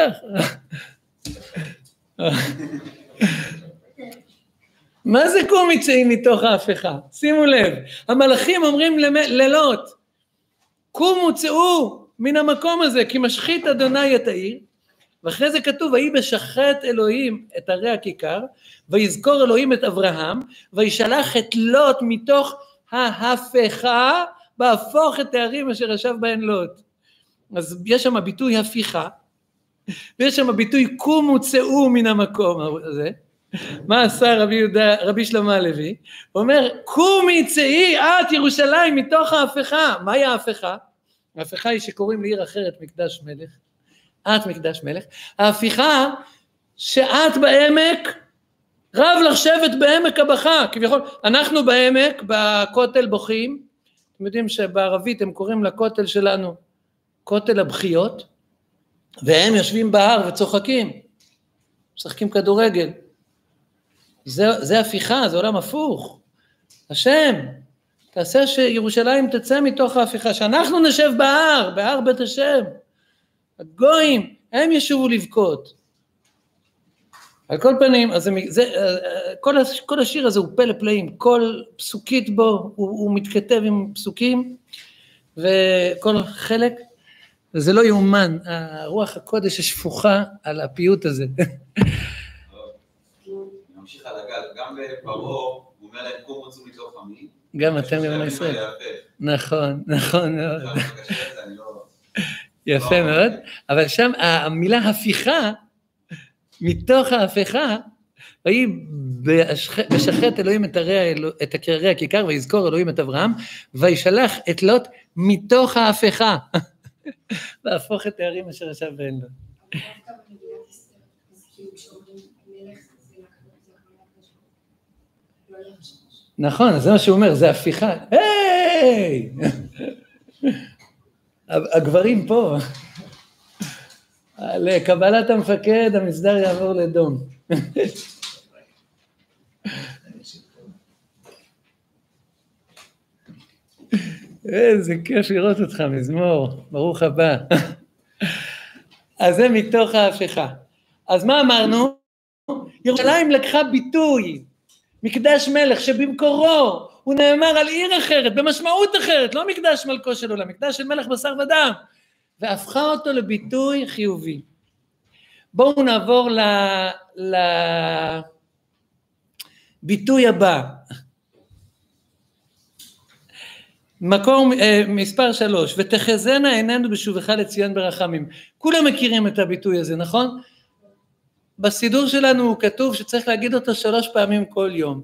מה זה קום מצאי מתוך ההפכה? שימו לב, המלאכים אומרים לילות, קומו צאו מן המקום הזה, כי משחית אדוני את העיר, ואחרי זה כתוב, ויהי בשחט אלוהים את ערי הכיכר, ויזכור אלוהים את אברהם, וישלח את לוט מתוך ההפכה, בהפוך את הערים אשר ישב בהן לוט. אז יש שם ביטוי הפיכה, ויש שם ביטוי קומו צאו מן המקום הזה. מה עשה רבי שלמה הלוי? הוא אומר, קומי צאי את ירושלים מתוך ההפכה. מהי ההפכה? ההפכה היא שקוראים לעיר אחרת מקדש מלך. את מקדש מלך. ההפיכה שאת בעמק, רב לך שבט בעמק הבכה. כביכול, אנחנו בעמק, בכותל בוכים. אתם יודעים שבערבית הם קוראים לכותל שלנו כותל הבכיות, והם יושבים בהר וצוחקים, משחקים כדורגל. זה הפיכה, זה עולם הפוך. השם, תעשה שירושלים תצא מתוך ההפיכה, שאנחנו נשב בהר בית השם. הגויים, הם ישובו לבכות. על כל פנים, אז כל השיר הזה הוא פלא פלאים, כל פסוקית בו הוא מתכתב עם פסוקים, וכל חלק, וזה לא יאומן, הרוח הקודש השפוכה על הפיוט הזה. נמשיך על הגל, גם בפרעה, הוא אומר להם קומו צאו מתוך עמי. גם אתם לבני ישראל. נכון מאוד. יפה מאוד, אבל שם המילה הפיכה, מתוך ההפיכה, ויהי בשחט אלוהים את ערי הכיכר, ויזכור אלוהים את אברהם, וישלח את לוט מתוך ההפיכה, והפוך את הערים אשר ישב בהן לוט. נכון, זה מה שהוא אומר, זה הפיכה. היי! הגברים פה. לקבלת המפקד, המסדר יעבור לדום. איזה כיף לראות אותך, מזמור, ברוך הבא. אז זה מתוך ההפיכה. אז מה אמרנו? ירושלים לקחה ביטוי, מקדש מלך, שבמקורו הוא נאמר על עיר אחרת, במשמעות אחרת, לא מקדש מלכו של עולם, מקדש של מלך בשר ודם, והפכה אותו לביטוי חיובי. בואו נעבור לביטוי הבא. מקום מספר 3, ותחזינה עינינו בשובך לציון ברחמים. כולם מכירים את הביטוי הזה, נכון? בסידור שלנו כתוב שצריך להגיד אותו 3 פעמים כל יום.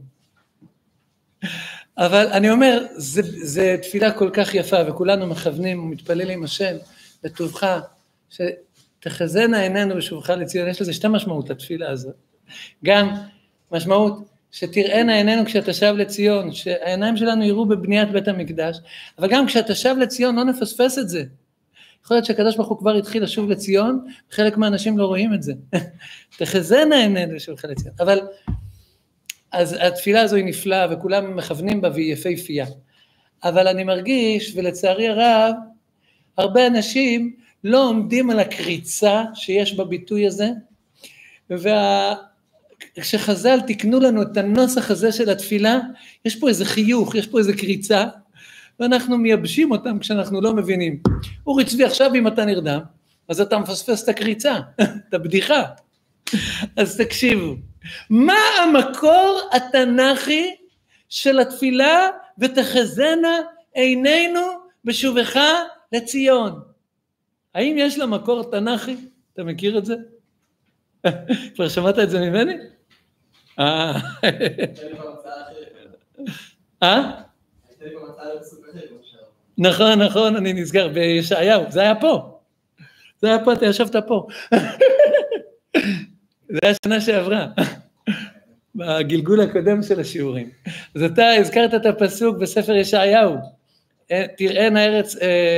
אבל אני אומר, זה תפילה כל כך יפה, וכולנו מכוונים ומתפללים השם לטובך, שתחזינה עינינו בשובך לציון. יש לזה 2 משמעות לתפילה הזאת. גם משמעות שתראינה עינינו כשאתה שב לציון, שהעיניים שלנו יראו בבניית בית המקדש, אבל גם כשאתה שב לציון לא נפספס את זה. יכול להיות שהקדוש ברוך הוא כבר התחיל לשוב לציון, חלק מהאנשים לא רואים את זה. תחזינה עינינו בשובך לציון. אבל אז התפילה הזו היא נפלאה, וכולם מכוונים בה והיא יפהפייה. אבל אני מרגיש, ולצערי הרב, הרבה אנשים לא עומדים על הקריצה שיש בביטוי הזה, כשחז"ל תקנו לנו את הנוסח הזה של התפילה, יש פה איזה חיוך, יש פה איזה קריצה, ואנחנו מייבשים אותם כשאנחנו לא מבינים. אורי צבי, עכשיו אם אתה נרדם, אז אתה מפספס את הקריצה, את הבדיחה. אז תקשיבו, מה המקור התנ"כי של התפילה, ותחזינה עינינו בשובך לציון? האם יש לה מקור תנ"כי? אתה מכיר את זה? כבר שמעת את זה ממני? נכון, אני נסגר בישעיהו, זה היה פה, אתה ישבת פה. זה היה שנה שעברה, בגלגול הקודם של השיעורים. אז אתה הזכרת את הפסוק בספר ישעיהו, תראינה ארץ,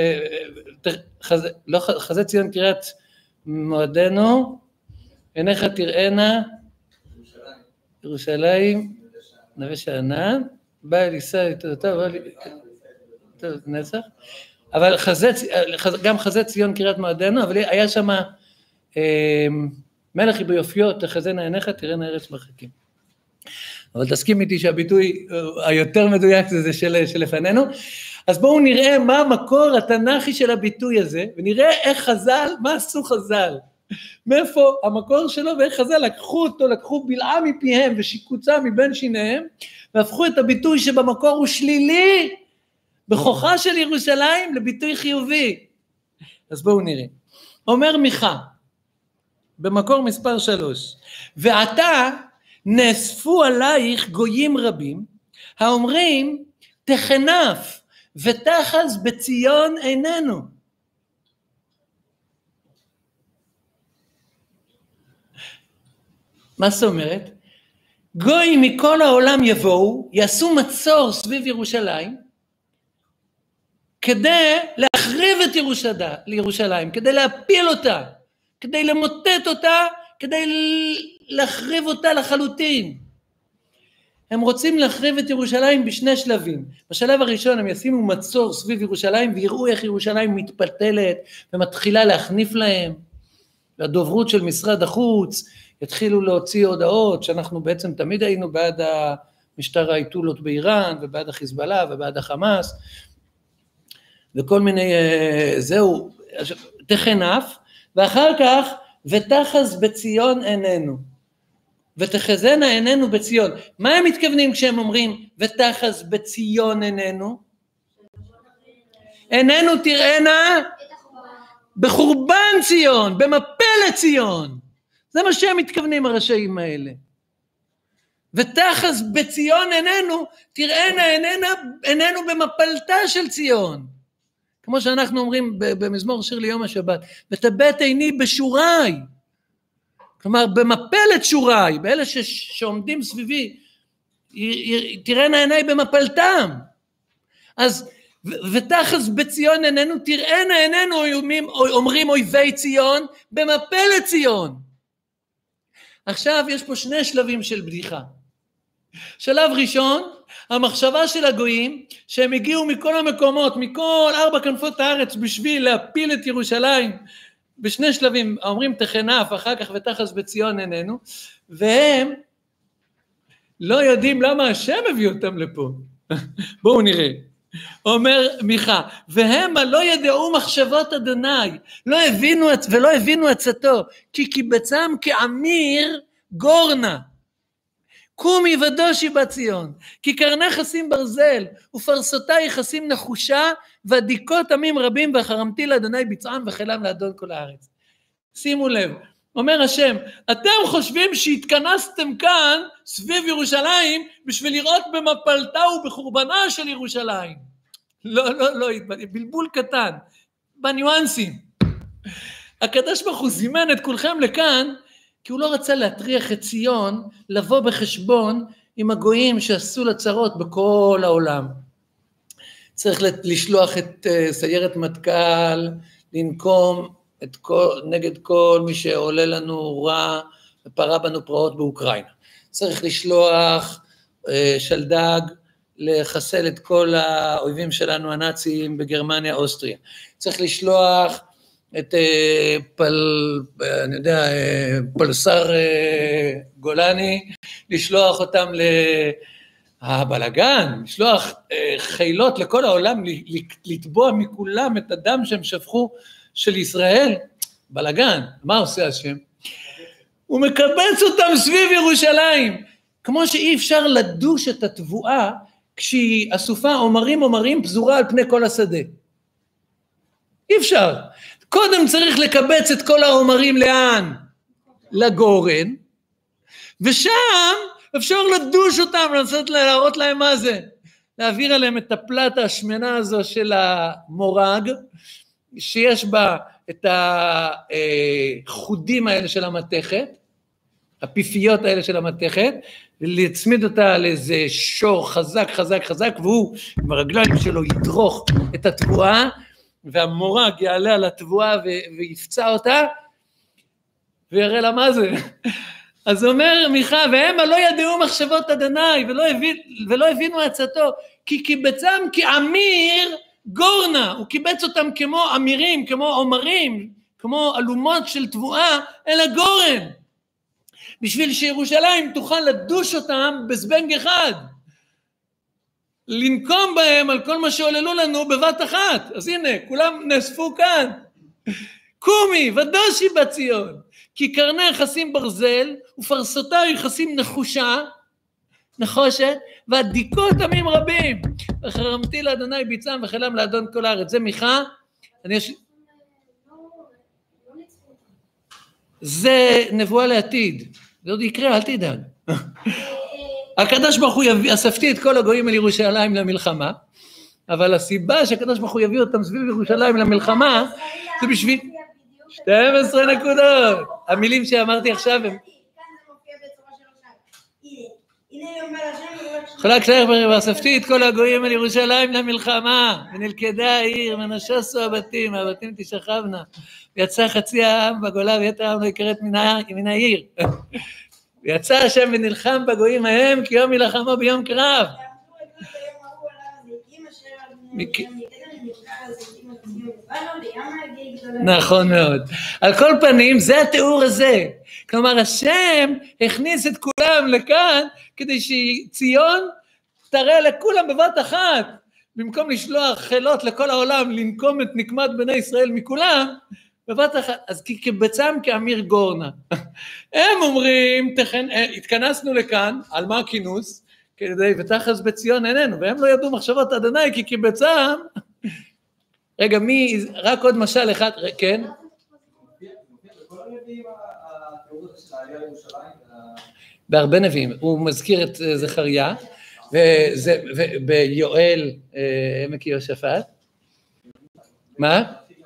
לא חזה ציון קריית מועדנו, עיניך תראינה, ירושלים, נווה שאנן, בא אליסה, טוב, נצח, אבל גם חזה ציון קריית מועדנו, אבל היה שם מלך ביופיו, תחזינה עיניך, תראינה ארץ מרחקים. אבל תסכים איתי שהביטוי היותר מדויק זה שלפנינו, אז בואו נראה מה המקור התנ"כי של הביטוי הזה, ונראה איך חז"ל, מה עשו חז"ל, מאיפה המקור שלו ואיך חז"ל לקחו בלעה מפיהם ושיקוצה מבין שיניהם, והפכו את הביטוי שבמקור הוא שלילי, בכוחה של ירושלים לביטוי חיובי. אז בואו נראה. אומר מיכה, במקור מספר 3, ועתה נאספו עלייך גויים רבים, האומרים תחנף ותחז בציון עינינו. מה זאת אומרת? גויים מכל העולם יבואו, יעשו מצור סביב ירושלים, כדי להחריב את ירושלים, כדי להפיל אותה, כדי למוטט אותה, כדי להחריב אותה לחלוטין. הם רוצים להחריב את ירושלים בשני שלבים. בשלב הראשון הם ישימו מצור סביב ירושלים, ויראו איך ירושלים מתפתלת, ומתחילה להחניף להם. והדוברות של משרד החוץ יתחילו להוציא הודעות, שאנחנו בעצם תמיד היינו בעד המשטר האייתולות באיראן, ובעד החיזבאללה, ובעד החמאס, וכל מיני, זהו, תחנף, ואחר כך, ותחז בציון עינינו, ותחזנה עינינו בציון. מה הם מתכוונים כשהם אומרים, ותחז בציון עינינו? עינינו תראינה בחורבן ציון, במפלת ציון. זה מה שהם מתכוונים הרשעים האלה. ותחז בציון עינינו, תראינה עינינו במפלתה של ציון. כמו שאנחנו אומרים במזמור שיר ליום השבת, ותבט עיני בשוריי, כלומר במפלת שוריי, באלה שעומדים סביבי, תראינה עיניי במפלתם. אז ותחז בציון עינינו, תראינה עינינו, אומרים אויבי ציון, במפלת ציון. עכשיו יש פה שני שלבים של בדיחה. שלב ראשון, המחשבה של הגויים, שהם הגיעו מכל המקומות, מכל 4 כנפות הארץ, בשביל להפיל את ירושלים, בשני שלבים, אומרים תחנף, אחר כך ותחז בציון עינינו, והם לא יודעים למה השם הביא אותם לפה. בואו נראה. אומר מיכה, והם לא ידעו מחשבות אדוני, ולא הבינו עצתו, כי קיבצם כעמיר גורנה, קומי ודושי בציון, כי קרנך חסים ברזל, ופרסותי חסים נחושה, ודיקות עמים רבים, וחרמתי לאדוני ביצעם וחילם לאדון כל הארץ. שימו לב, אומר השם, אתם חושבים שהתכנסתם כאן סביב ירושלים, בשביל לראות במפלתה ובחורבנה של ירושלים. לא, בלבול קטן, בניואנסים. הקדוש ברוך הוא זימן את כולכם לכאן, כי הוא לא רצה להטריח את ציון, לבוא בחשבון עם הגויים שעשו לצרות בכל העולם. צריך לשלוח את סיירת מטכ"ל, לנקום נגד כל מי שעולה לנו רע, ופרה בנו פרעות באוקראינה. צריך לשלוח שלדג, לחסל את כל האויבים שלנו הנאצים בגרמניה, אוסטריה. צריך לשלוח את פלסר גולני, לשלוח אותם לבלגן, לשלוח חילות לכל העולם, לטבוע מכולם את הדם שהם שפכו של ישראל, בלגן. מה עושה השם? הוא מקבץ אותם סביב ירושלים, כמו שאי אפשר לדוש את התבואה, כשהיא אסופה עומרים פזורה על פני כל השדה. אי אפשר. קודם צריך לקבץ את כל העומרים לאן? לגורן, ושם אפשר לדוש אותם, לנסות להראות להם מה זה. להעביר עליהם את הפלטה השמנה הזו של המורג, שיש בה את החודים האלה של המתכת, הפיפיות האלה של המתכת, ולהצמיד אותה על איזה שור חזק, והוא עם הרגליים שלו ידרוך את התבואה, והמורג יעלה על התבואה ויפצע אותה, ויראה לה מה זה. אז אומר מיכה, והם לא ידעו מחשבות אדוני, ולא הבינו עצתו, כי קיבצם כאמיר גורנה, הוא קיבץ אותם כמו אמירים, כמו עומרים, כמו אלומות של תבואה, אלא גורן, בשביל שירושלים תוכל לדוש אותם בזבנג אחד, לנקום בהם על כל מה שעוללו לנו בבת אחת. אז הנה, כולם נאספו כאן. קומי ודושי בציון, כי קרני יחסים ברזל, ופרסותה יחסים נחושת, והדיקות עמים רבים. וחרמתי לאדוני ביצם וחלם לאדון כל הארץ. זה מיכה. זה נבואה לעתיד. זה עוד יקרה, אל תדאג. הקדוש ברוך הוא אספתי את כל הגויים על ירושלים למלחמה, אבל הסיבה שהקדוש ברוך הוא יביא אותם סביב ירושלים למלחמה, זה בשביל 12 נקודות. המילים שאמרתי עכשיו הם... חלק שייך ואספתי את כל הגויים על ירושלים למלחמה, ונלכדה העיר, ונשסו הבתים תשכבנה, ויצא חצי העם בגולה, ויתר העם לא יקרת מן העיר. ויצא השם ונלחם בגויים ההם, כי יום ילחמו ביום קרב. נכון מאוד. על כל פנים, זה התיאור הזה. כלומר, השם הכניס את כולם לכאן, כדי שציון תראה לכולם בבת אחת, במקום לשלוח חילות לכל העולם, לנקום את נקמת בני ישראל מכולם, בבת אחת. אז קיבצם כאמיר גורנה. הם אומרים, התכנסנו לכאן, על מה הכינוס? כדי ותחס בציון איננו, והם לא ידעו מחשבות אדוני, כי קיבצם, רגע, רק עוד משל אחד, כן? בהרבה נביאים, הוא מזכיר את זכריה, וביואל עמק יהושפט, מה?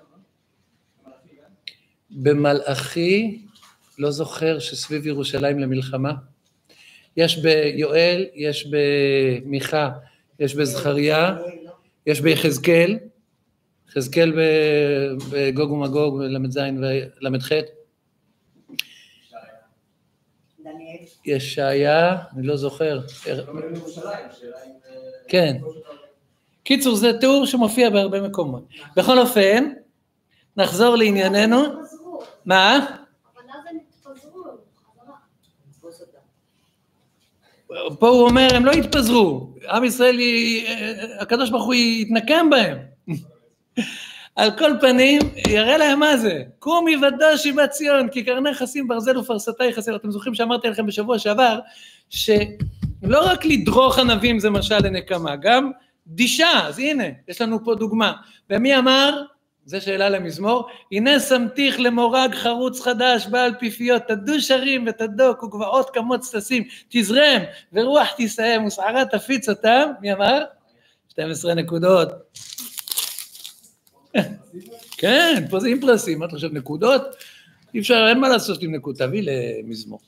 במלאכי, לא זוכר שסביב ירושלים למלחמה, יש ביואל, יש במיכה, יש בזכריה, יש ביחזקאל, חזקאל בגוג ומגוג, למ"ז ולמ"ח, ישעיה, אני לא זוכר. כן. קיצור, זה תיאור שמופיע בהרבה מקומות. בכל אופן, נחזור לענייננו. מה? אבל אז הם התפזרו. פה הוא אומר, הם לא התפזרו. עם ישראל, הקדוש ברוך הוא יתנקם בהם. על כל פנים, יראה להם מה זה. קומי ודושי בציון, כי קרני יחסים ברזל ופרסתה יחסים. אתם זוכרים שאמרתי לכם בשבוע שעבר, שלא רק לדרוך ענבים זה משל לנקמה, גם דישה. אז הנה, יש לנו פה דוגמה. ומי אמר? זה שאלה למזמור. הנה שמתיך למורג חרוץ חדש, בעל פיפיות, תדוש הרים ותדוק וגבעות כמות תשים, תזרם ורוח תסיים וסערה תפיץ אותם. מי אמר? 12 נקודות. כן, פה זה אימפרסים, מה אתה חושב, נקודות? אי אפשר, אין מה לעשות עם נקוד, תביא למזמור.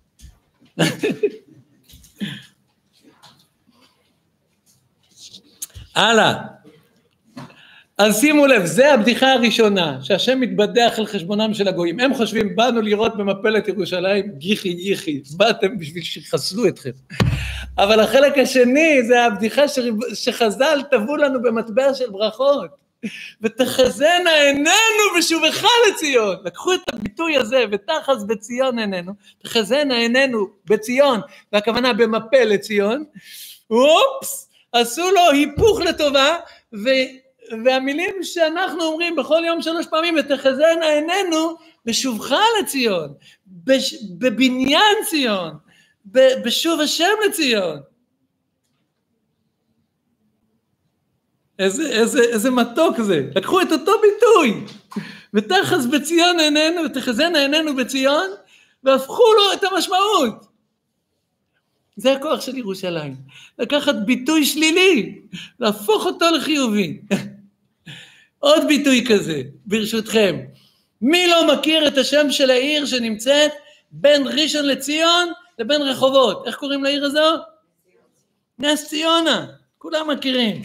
הלאה. אז שימו לב, זה הבדיחה הראשונה, שהשם מתבדח על חשבונם של הגויים. הם חושבים, באנו לראות במפלת ירושלים, גיחי, באתם בשביל שחסלו אתכם. אבל החלק השני, זה הבדיחה שחז"ל טבעו לנו במטבע של ברכות. ותחזינה עינינו בשובך לציון. לקחו את הביטוי הזה, ותחז בציון עינינו, תחזינה עינינו בציון, והכוונה במפה לציון, אופס, עשו לו היפוך לטובה, והמילים שאנחנו אומרים בכל יום 3 פעמים, ותחזינה עינינו בשובך לציון, בבניין ציון, בשוב השם לציון. איזה מתוק זה. לקחו את אותו ביטוי, ותחז בציון עינינו, ותחזינה עינינו בציון, והפכו לו את המשמעות. זה הכוח של ירושלים. לקחת ביטוי שלילי, להפוך אותו לחיובי. עוד ביטוי כזה, ברשותכם. מי לא מכיר את השם של העיר שנמצאת בין ראשון לציון לבין רחובות? איך קוראים לעיר הזו? נס ציונה. כולם מכירים.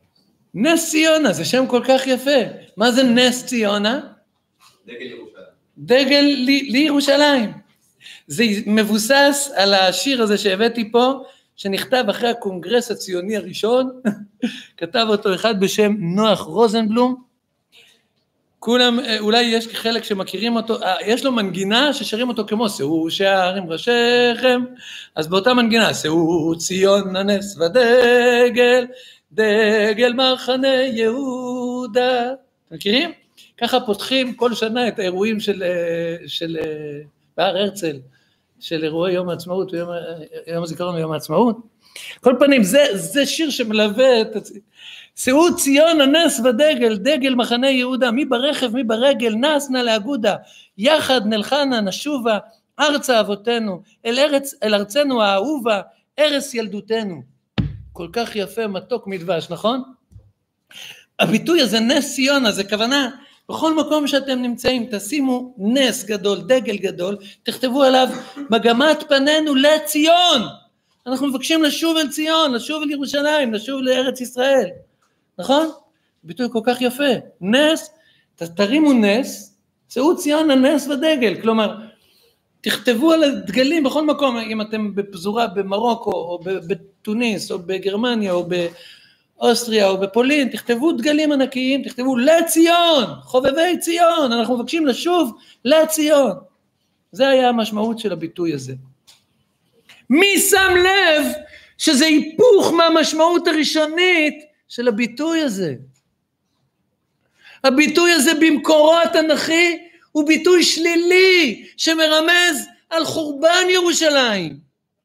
נס ציונה, זה שם כל כך יפה. מה זה נס ציונה? דגל ירושלים. דגל לירושלים. זה מבוסס על השיר הזה שהבאתי פה, שנכתב אחרי הקונגרס הציוני הראשון, כתב אותו אחד בשם נוח רוזנבלום, כולם, אולי יש חלק שמכירים אותו, יש לו מנגינה ששרים אותו כמו, שאו שערים ראשיכם, אז באותה מנגינה, שאו ציון הנס ודגל, דגל מחנה יהודה, מכירים? ככה פותחים כל שנה את האירועים של בהר הרצל, של אירועי יום העצמאות, יום הזיכרון ויום העצמאות. כל פנים, זה שיר שמלווה את שאו ציון הנס ודגל, דגל מחנה יהודה, מי ברכב מי ברגל, נס נא לאגודה, יחד נלחנה נשובה, ארצה אבותינו, אל ארצנו האהובה, ארץ ילדותנו. כל כך יפה, מתוק מדבש, נכון? הביטוי הזה, נס ציונה, זה כוונה, בכל מקום שאתם נמצאים, תשימו נס גדול, דגל גדול, תכתבו עליו, מגמת פנינו לציון. אנחנו מבקשים לשוב אל ציון, לשוב אל ירושלים, לשוב לארץ ישראל. נכון? ביטוי כל כך יפה. נס, תרימו נס, שאו ציון הנס ודגל. כלומר, תכתבו על הדגלים בכל מקום, אם אתם בפזורה במרוקו, או בתוניס, או בגרמניה, או באוסטריה, או בפולין, תכתבו דגלים ענקיים, תכתבו לציון, חובבי ציון, אנחנו מבקשים לשוב לציון. זה היה המשמעות של הביטוי הזה. מי שם לב שזה היפוך מהמשמעות הראשונית של הביטוי הזה? הביטוי הזה במקורו התנ"כי הוא ביטוי שלילי שמרמז על חורבן ירושלים.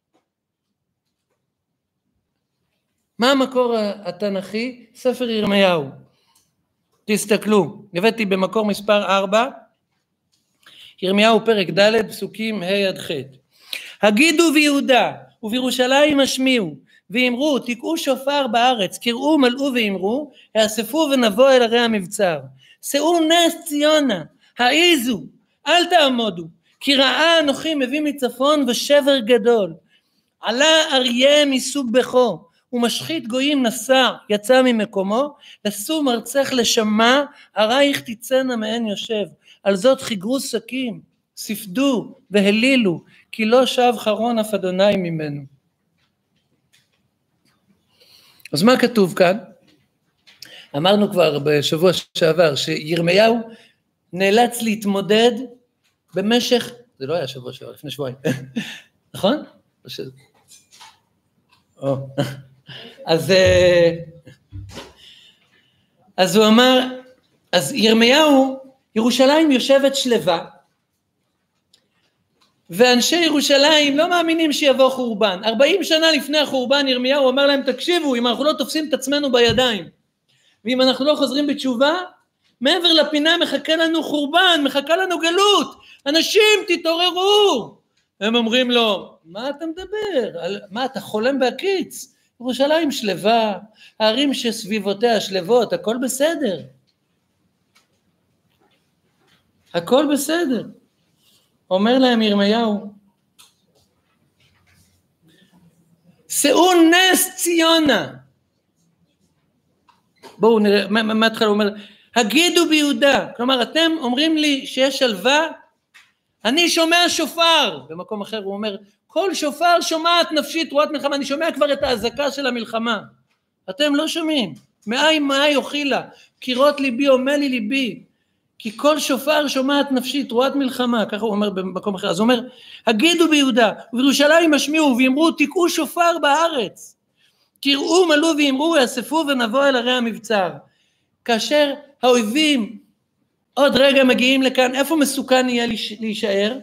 מה המקור התנ"כי? ספר ירמיהו. תסתכלו, הבאתי במקור מספר 4, ירמיהו פרק ד' פסוקים ה' עד ח'. הגידו ביהודה ובירושלים השמיעו ואמרו, תקעו שופר בארץ, קראו מלאו ואמרו, האספו ונבוא אל ערי המבצר. שאו נס ציונה, העיזו, אל תעמודו, כי ראה אנוכי מביא מצפון ושבר גדול. עלה אריה מסובכו, ומשחית גויים נסע, יצא ממקומו, לשום ארצך לשמה, ערייך תצאנה מעין יושב. על זאת חיגרו שקים, ספדו והלילו, כי לא שב חרון אף אדוני ממנו. אז מה כתוב כאן? אמרנו כבר בשבוע שעבר שירמיהו נאלץ להתמודד במשך, זה לא היה שבוע שעבר, לפני שבועיים, נכון? אז הוא אמר, אז ירמיהו, ירושלים יושבת שלווה, ואנשי ירושלים לא מאמינים שיבוא חורבן. 40 שנה לפני החורבן ירמיהו אומר להם, תקשיבו, אם אנחנו לא תופסים את עצמנו בידיים, ואם אנחנו לא חוזרים בתשובה, מעבר לפינה מחכה לנו חורבן, מחכה לנו גלות, אנשים תתעוררו. הם אומרים לו, מה אתה מדבר? מה אתה חולם בהקיץ? ירושלים שלווה, הערים שסביבותיה שלוות, הכל בסדר. הכל בסדר. אומר להם ירמיהו, שאו נס ציונה. בואו נראה, מה התחלה? הוא אומר, הגידו ביהודה. כלומר, אתם אומרים לי שיש שלווה, אני שומע שופר. במקום אחר הוא אומר, כל שופר שומעת נפשית תרועת מלחמה, אני שומע כבר את ההזקה של המלחמה. אתם לא שומעים. מאי אוכילה, קירות ליבי אומר לי ליבי. כי כל שופר שומעת נפשית, תרועת מלחמה, ככה הוא אומר במקום אחר. אז הוא אומר, הגידו ביהודה, ובירושלים השמיעו, ואמרו, תקעו שופר בארץ. קראו מלאו ואמרו, יאספו ונבוא אל ערי המבצר. כאשר האויבים עוד רגע מגיעים לכאן, איפה מסוכן יהיה להישאר?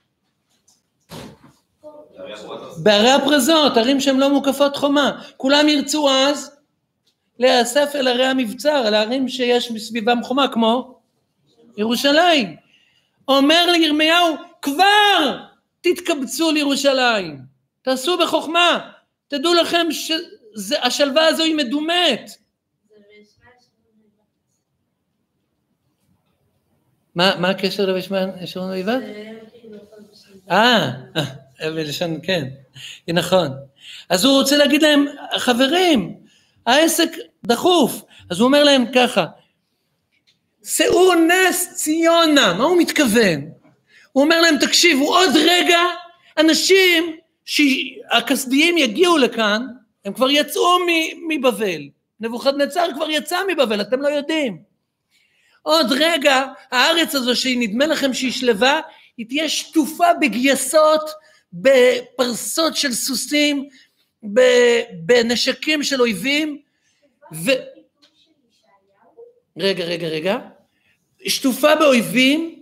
בערי הפרזות, ערים שהן לא מוקפות חומה. כולם ירצו אז להיאסף אל ערי המבצר, אל הערים שיש מסביבם חומה, כמו ירושלים. אומר לירמיהו, כבר תתקבצו לירושלים, תעשו בחוכמה, תדעו לכם שהשלווה הזו היא מדומת. מה הקשר למשמע שרון ואיבת? בלשון, כן, נכון. אז הוא רוצה להגיד להם, חברים, העסק דחוף. אז הוא אומר להם ככה, שאו נס ציונה. מה הוא מתכוון? הוא אומר להם, תקשיבו, עוד רגע, אנשים שהכסדיים יגיעו לכאן, הם כבר יצאו מבבל, נבוכדנצר כבר יצא מבבל, אתם לא יודעים. עוד רגע, הארץ הזו שהיא נדמה לכם שהיא שלווה, היא תהיה שטופה בגייסות, בפרסות של סוסים, בנשקים של אויבים, רגע, שטופה באויבים,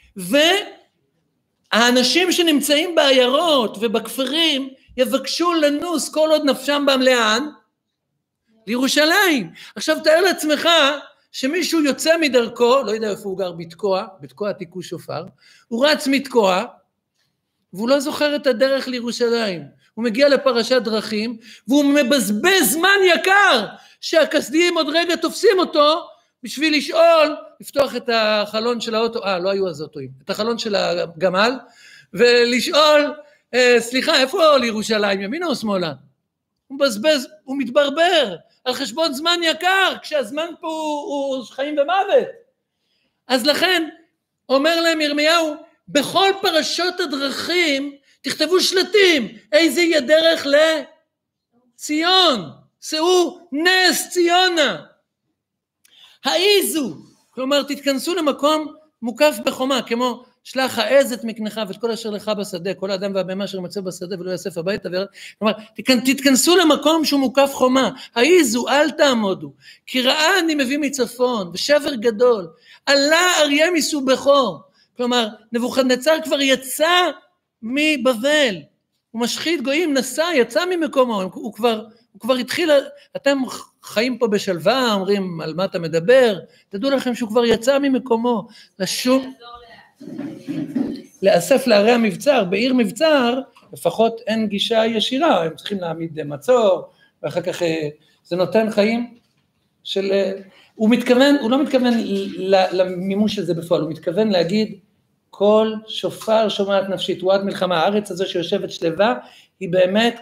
והאנשים שנמצאים בעיירות ובכפרים, יבקשו לנוס כל עוד נפשם בם לאן? לירושלים. עכשיו תאר לעצמך, שמישהו יוצא מדרכו, לא יודע איפה הוא גר, בתקוע תיקו שופר, הוא רץ מתקוע, והוא לא זוכר את הדרך לירושלים, הוא מגיע לפרשת דרכים, והוא מבזבז זמן יקר, שהכסדיים עוד רגע תופסים אותו, בשביל לשאול, לפתוח את החלון של האוטו, לא היו אז אוטואים, את החלון של הגמל, ולשאול, סליחה, איפה לירושלים, ימינה או שמאלה? הוא מבזבז, הוא מתברבר, על חשבון זמן יקר, כשהזמן פה הוא חיים ומוות. אז לכן, אומר להם ירמיהו, בכל פרשות הדרכים, תכתבו שלטים, איזה יהיה דרך לציון, שאו נס ציונה. העיזו, כלומר תתכנסו למקום מוקף בחומה, כמו שלח העז את מקנך ואת כל אשר לך בשדה, כל האדם והבהמה אשר מצא בשדה ולא יאסף הביתה, כלומר תתכנסו למקום שהוא מוקף חומה, העיזו אל תעמודו, כי רעה אני מביא מצפון ושבר גדול, עלה אריה מסובכו, כלומר נבוכדנצר כבר יצא מבבל, הוא משחית גויים, נסע, יצא ממקומו, הוא כבר התחיל, אתם חיים פה בשלווה, אומרים על מה אתה מדבר, תדעו לכם שהוא כבר יצא ממקומו, לשום, לאסף לערי המבצר, בעיר מבצר, לפחות אין גישה ישירה, הם צריכים להעמיד מצור, ואחר כך זה נותן חיים של, הוא לא מתכוון למימוש של זה בפועל, הוא מתכוון להגיד, כל שופר שומעת נפשית, תרועת מלחמה, הארץ הזו שיושבת שלווה, היא באמת,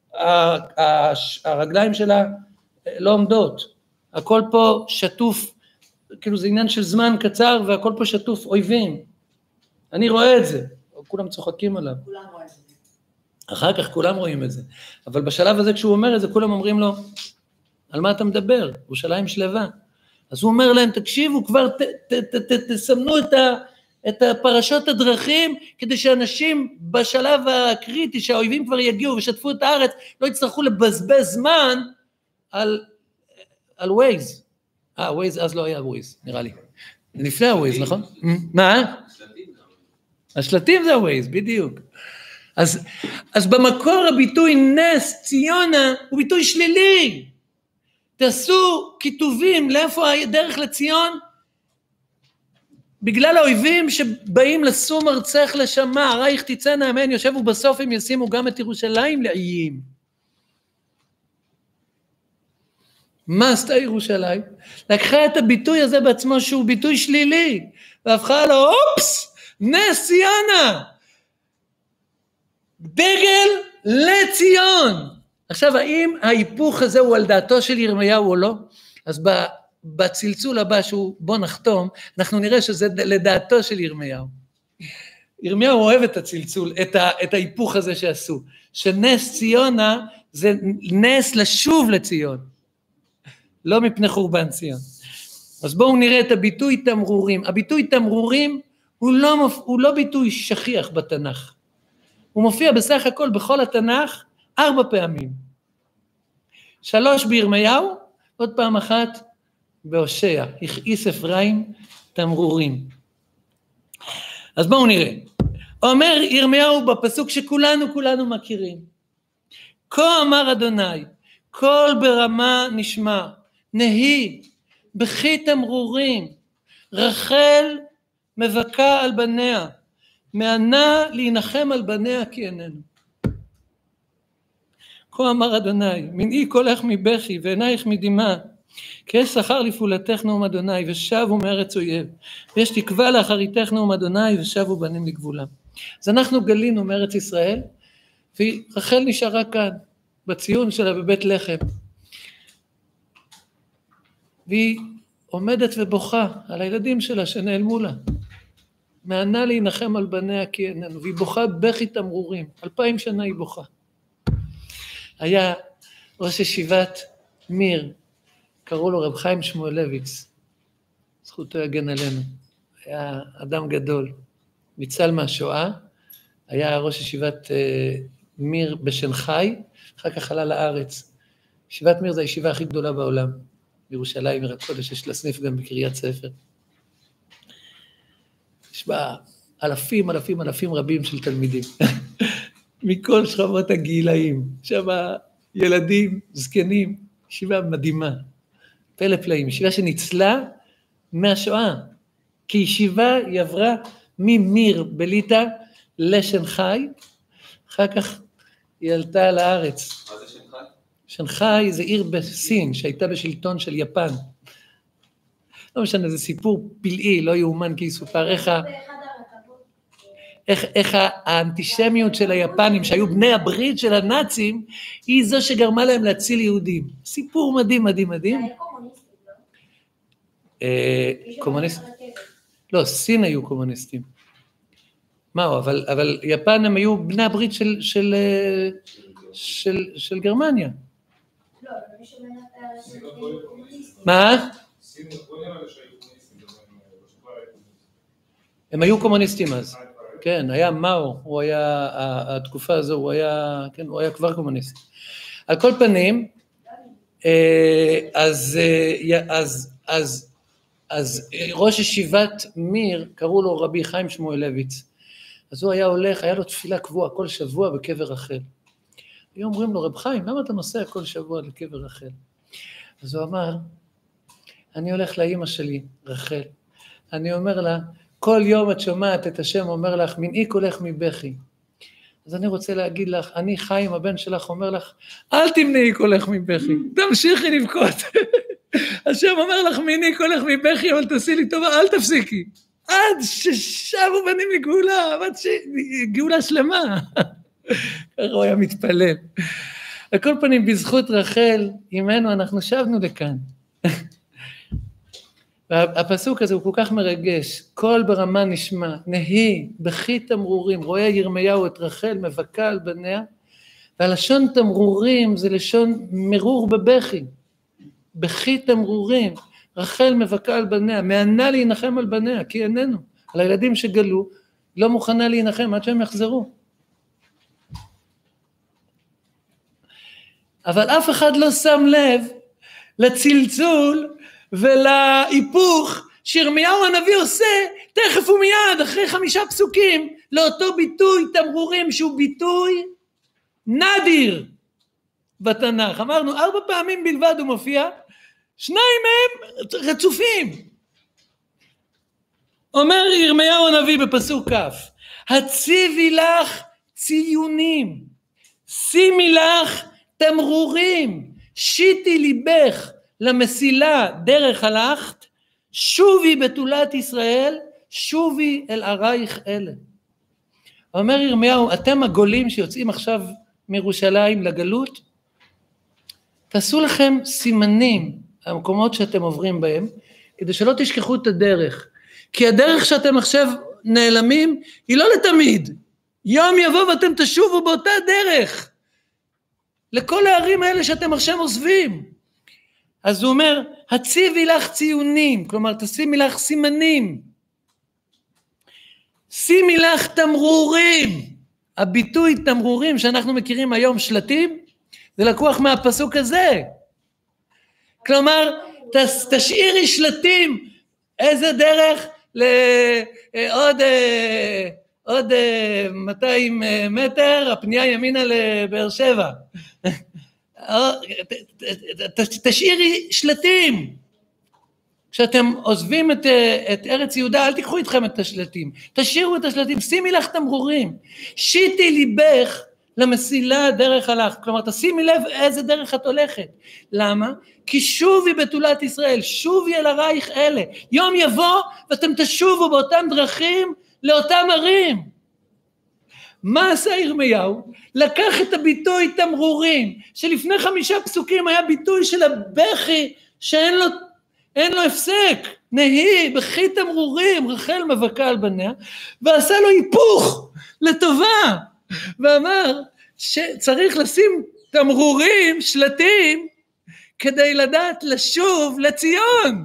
הרגליים שלה לא עומדות, הכל פה שטוף, כאילו זה עניין של זמן קצר, והכל פה שטוף אויבים, אני רואה את זה, כולם צוחקים עליו, כולם רואים את זה. אחר כך כולם רואים את זה, אבל בשלב הזה כשהוא אומר את זה, כולם אומרים לו, על מה אתה מדבר? ירושלים שלווה, אז הוא אומר להם, תקשיבו, כבר תסמנו את הפרשות הדרכים, כדי שאנשים בשלב הקריטי, שהאויבים כבר יגיעו ושתפו את הארץ, לא יצטרכו לבזבז זמן על ווייז. ווייז, אז לא היה ווייז, נראה לי. לפני הווייז, נכון? מה? השלטים זה הווייז, בדיוק. אז במקור הביטוי נס ציונה, הוא ביטוי שלילי. תעשו כיתובים לאיפה הדרך לציון, בגלל האויבים שבאים לשום ארצך לשמה, הרייך תצאנה אמן, יושבו בסוף הם ישימו גם את ירושלים לאיים. מה עשתה ירושלים? לקחה את הביטוי הזה בעצמו שהוא ביטוי שלילי, והפכה לו, אופס, נס ציונה, דגל לציון. עכשיו, האם ההיפוך הזה הוא על דעתו של ירמיהו או לא? אז בצלצול הבא שהוא בוא נחתום, אנחנו נראה שזה לדעתו של ירמיהו. ירמיהו אוהב את הצלצול, את ההיפוך הזה שעשו, שנס ציונה זה נס לשוב לציון, לא מפני חורבן ציון. אז בואו נראה את הביטוי תמרורים. הביטוי תמרורים הוא לא ביטוי שכיח בתנ"ך, הוא מופיע בסך הכל בכל התנ"ך 4 פעמים, 3 בירמיהו, עוד פעם אחת בהושע, הכעיס אפרים תמרורים. אז בואו נראה, אומר ירמיהו בפסוק שכולנו מכירים, כה אמר אדוני, קול ברמה נשמע, נהי, בכי תמרורים, רחל מבכה על בניה, מענה להנחם על בניה כי איננו. כה אמר אדוני, מנעי קולך מבכי ועינייך מדמעה, כי יש שכר לפעולתך נאום אדוני, ושבו מארץ אויב, ויש תקווה לאחריתך נאום אדוני, ושבו בנים לגבולם. אז אנחנו גלינו מארץ ישראל, ורחל נשארה כאן, בציון שלה בבית לחם, והיא עומדת ובוכה על הילדים שלה שנעלמו לה. מענה להנחם על בניה כי איננו, והיא בוכה בכי תמרורים, 2000 שנה היא בוכה. היה ראש ישיבת מיר, קראו לו רב חיים שמואלביץ, זכותו יגן עלינו, היה אדם גדול, ניצל מהשואה, היה ראש ישיבת מיר בשנחאי, אחר כך עלה לארץ. ישיבת מיר זו הישיבה הכי גדולה בעולם, בירושלים, עיר הקודש, יש לה סניף גם בקריית ספר. יש בה אלפים רבים של תלמידים, מכל שכבות הגילאים, שם ילדים, זקנים, ישיבה מדהימה, פלא פלאים, ישיבה שניצלה מהשואה, כי ישיבה היא עברה ממיר בליטא לשנחאי, אחר כך היא עלתה לארץ. מה זה שנחאי? שנחאי זה עיר בסין שהייתה בשלטון של יפן. לא משנה, זה סיפור פלאי, לא יאומן כי יסופר איך האנטישמיות של היפנים שהיו בני הברית של הנאצים, היא זו שגרמה להם להציל יהודים. סיפור מדהים. זה היה קומוניסטים, לא? קומוניסטים? לא, סין היו קומוניסטים. מהו, אבל יפן הם היו בני הברית של גרמניה. לא, מי שמנת קומוניסטים. מה? הם היו קומוניסטים אז. כן, היה מאו, הוא היה, התקופה הזו, הוא היה כבר קומוניסט. על כל פנים, אז ראש ישיבת מיר, קראו לו רבי חיים שמואלביץ, אז הוא היה הולך, היה לו תפילה קבועה כל שבוע בקבר רחל. היו אומרים לו, רב חיים, למה אתה נוסע כל שבוע לקבר רחל? אז הוא אמר, אני הולך לאמא שלי, רחל, אני אומר לה, כל יום את שומעת את השם אומר לך, מנעי קולך מבכי. אז אני רוצה להגיד לך, אני חיים, הבן שלך, אומר לך, אל תמנעי קולך מבכי, תמשיכי לבכות. השם אומר לך, מנעי קולך מבכי, אבל תעשי לי טובה, אל תפסיקי. עד ששבו בנים לגאולה, עד גאולה שלמה. ככה הוא היה מתפלל. על כל פנים, בזכות רחל, עמנו אנחנו שבנו לכאן. והפסוק הזה הוא כל כך מרגש, קול ברמה נשמע, נהי, בכי תמרורים, רואה ירמיהו את רחל מבכה על בניה, והלשון תמרורים זה לשון מרור בבכי, בכי תמרורים, רחל מבכה על בניה, מענה להנחם על בניה, כי איננו, על הילדים שגלו, לא מוכנה להנחם עד שהם יחזרו. אבל אף אחד לא שם לב לצלצול, ולהיפוך שירמיהו הנביא עושה תכף ומיד אחרי 5 פסוקים לאותו ביטוי תמרורים שהוא ביטוי נדיר בתנ"ך. אמרנו 4 פעמים בלבד הוא מופיע, 2 מהם רצופים. אומר ירמיהו הנביא בפסוק כ', הציבי לך ציונים, שימי לך תמרורים, שיטי ליבך למסילה דרך הלכת, שובי בתולת ישראל, שובי אל ערייך אלה. אומר ירמיהו, אתם הגולים שיוצאים עכשיו מירושלים לגלות, תעשו לכם סימנים המקומות שאתם עוברים בהם, כדי שלא תשכחו את הדרך, כי הדרך שאתם עכשיו נעלמים, היא לא לתמיד, יום יבוא ואתם תשובו באותה דרך, לכל הערים האלה שאתם עכשיו עוזבים. אז הוא אומר, הציבי לך ציונים, כלומר תשימי לך סימנים, שימי לך תמרורים, הביטוי תמרורים שאנחנו מכירים היום שלטים, זה לקוח מהפסוק הזה, כלומר תשאירי שלטים, איזה דרך לעוד 200 מטר, הפנייה ימינה לבאר שבע, תשאירי שלטים, כשאתם עוזבים את ארץ יהודה, אל תיקחו איתכם את השלטים, תשאירו את השלטים, שימי לך תמרורים, שיטי ליבך למסילה דרך הלך, כלומר תשימי לב איזה דרך את הולכת, למה? כי שובי בתולת ישראל, שובי אל ערייך אלה, יום יבוא ואתם תשובו באותם דרכים לאותם ערים. מה עשה ירמיהו? לקח את הביטוי תמרורים, שלפני 5 פסוקים היה ביטוי של הבכי שאין לו הפסק, נהי בכי תמרורים, רחל מבכה על בניה, ועשה לו היפוך לטובה, ואמר שצריך לשים תמרורים, שלטים, כדי לדעת לשוב לציון.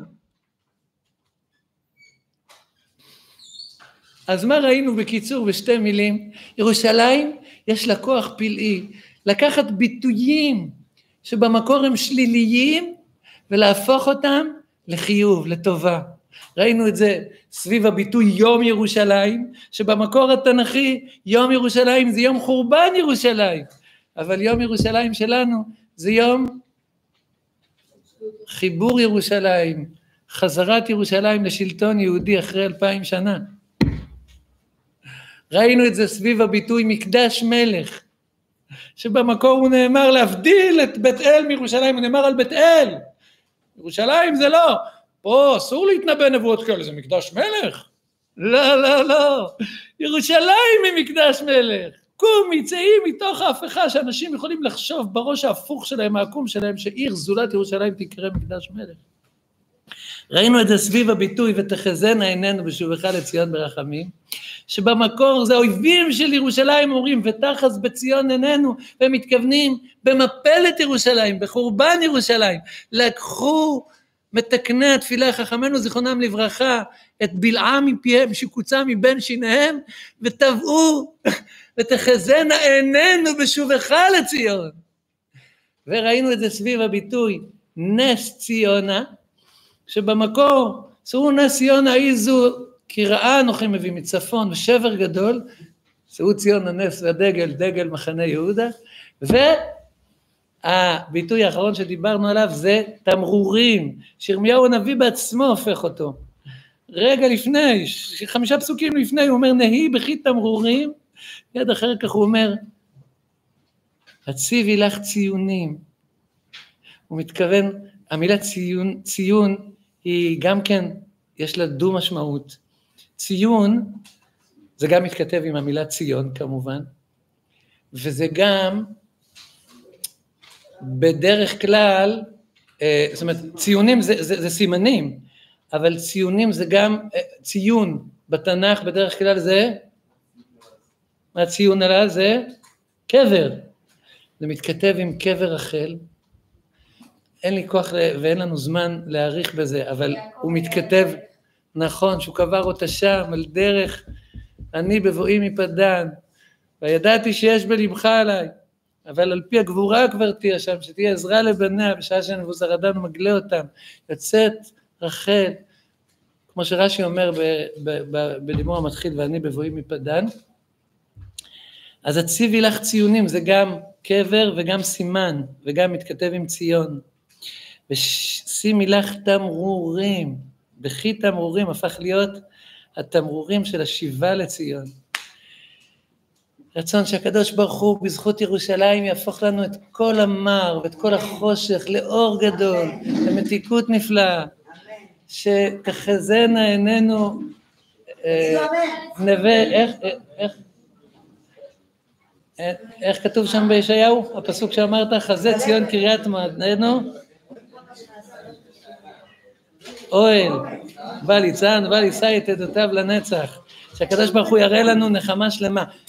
אז מה ראינו בקיצור בשתי מילים? ירושלים יש לה כוח פלאי, לקחת ביטויים שבמקור הם שליליים, ולהפוך אותם לחיוב, לטובה. ראינו את זה סביב הביטוי יום ירושלים, שבמקור התנ"כי יום ירושלים זה יום חורבן ירושלים, אבל יום ירושלים שלנו זה יום חיבור ירושלים, חזרת ירושלים לשלטון יהודי אחרי 2000 שנה. ראינו את זה סביב הביטוי מקדש מלך, שבמקור הוא נאמר להבדיל את בית אל מירושלים, הוא נאמר על בית אל. ירושלים זה לא, פה אסור להתנבא נבואות כאלה, זה מקדש מלך. לא, לא, לא. ירושלים היא מקדש מלך. קומי, צאי מתוך ההפכה שאנשים יכולים לחשוב בראש ההפוך שלהם, העקום שלהם, שעיר זולת ירושלים תקרא מקדש מלך. ראינו את זה סביב הביטוי ותחזינה עינינו בשובך לציון ברחמים, שבמקור זה האויבים של ירושלים אומרים ותחז בציון עינינו, והם מתכוונים במפלת ירושלים, בחורבן ירושלים. לקחו מתקני התפילה חכמינו זיכרונם לברכה את בלעם מפיהם שקוצה מבין שיניהם, וטבעו ותחזינה עינינו בשובך לציון. וראינו את זה סביב הביטוי נס ציונה, שבמקור שאו נס ציונה איזו כי ראה אנוכי מביא מצפון ושבר גדול, שאו ציון הנס והדגל, דגל מחנה יהודה, והביטוי האחרון שדיברנו עליו זה תמרורים, שירמיהו הנביא בעצמו הופך אותו. רגע לפני, 5 פסוקים לפני, הוא אומר נהי בכי תמרורים, יד אחר כך הוא אומר, הציבי לך ציונים. הוא מתכוון, המילה ציון היא גם כן, יש לה דו משמעות. ציון, זה גם מתכתב עם המילה ציון כמובן, וזה גם בדרך כלל, זאת אומרת, ציונים זה סימנים, אבל ציונים זה גם, ציון בתנ"ך בדרך כלל זה, מה ציון עלה? זה קבר. זה מתכתב עם קבר רחל, אין לי כוח ואין לנו זמן להאריך בזה, אבל הוא מתכתב, נכון, שהוא קבר אותה שם, על דרך, אני בבואי מפדן, וידעתי שיש בלבך עליי, אבל על פי הגבורה כבר תהיה שם, שתהיה עזרה לבניה, בשעה שנבוזראדן מגלה אותם, יוצאת רחל, כמו שרש"י אומר בדיבור המתחיל, ואני בבואי מפדן, אז הציבי לך ציונים, זה גם קבר וגם סימן, וגם מתכתב עם ציון, ושימי לך תמרורים, בכי תמרורים הפך להיות התמרורים של השיבה לציון. רצון שהקדוש ברוך הוא בזכות ירושלים יהפוך לנו את כל המר ואת כל החושך לאור גדול, למתיקות נפלאה, שתחזינה עינינו נווה, איך כתוב שם בישעיהו? הפסוק שאמרת, חזה ציון קריית מעדנו, אוהל, בל יצען, בל יישא את עדותיו לנצח, שהקדוש ברוך הוא יראה לנו נחמה שלמה.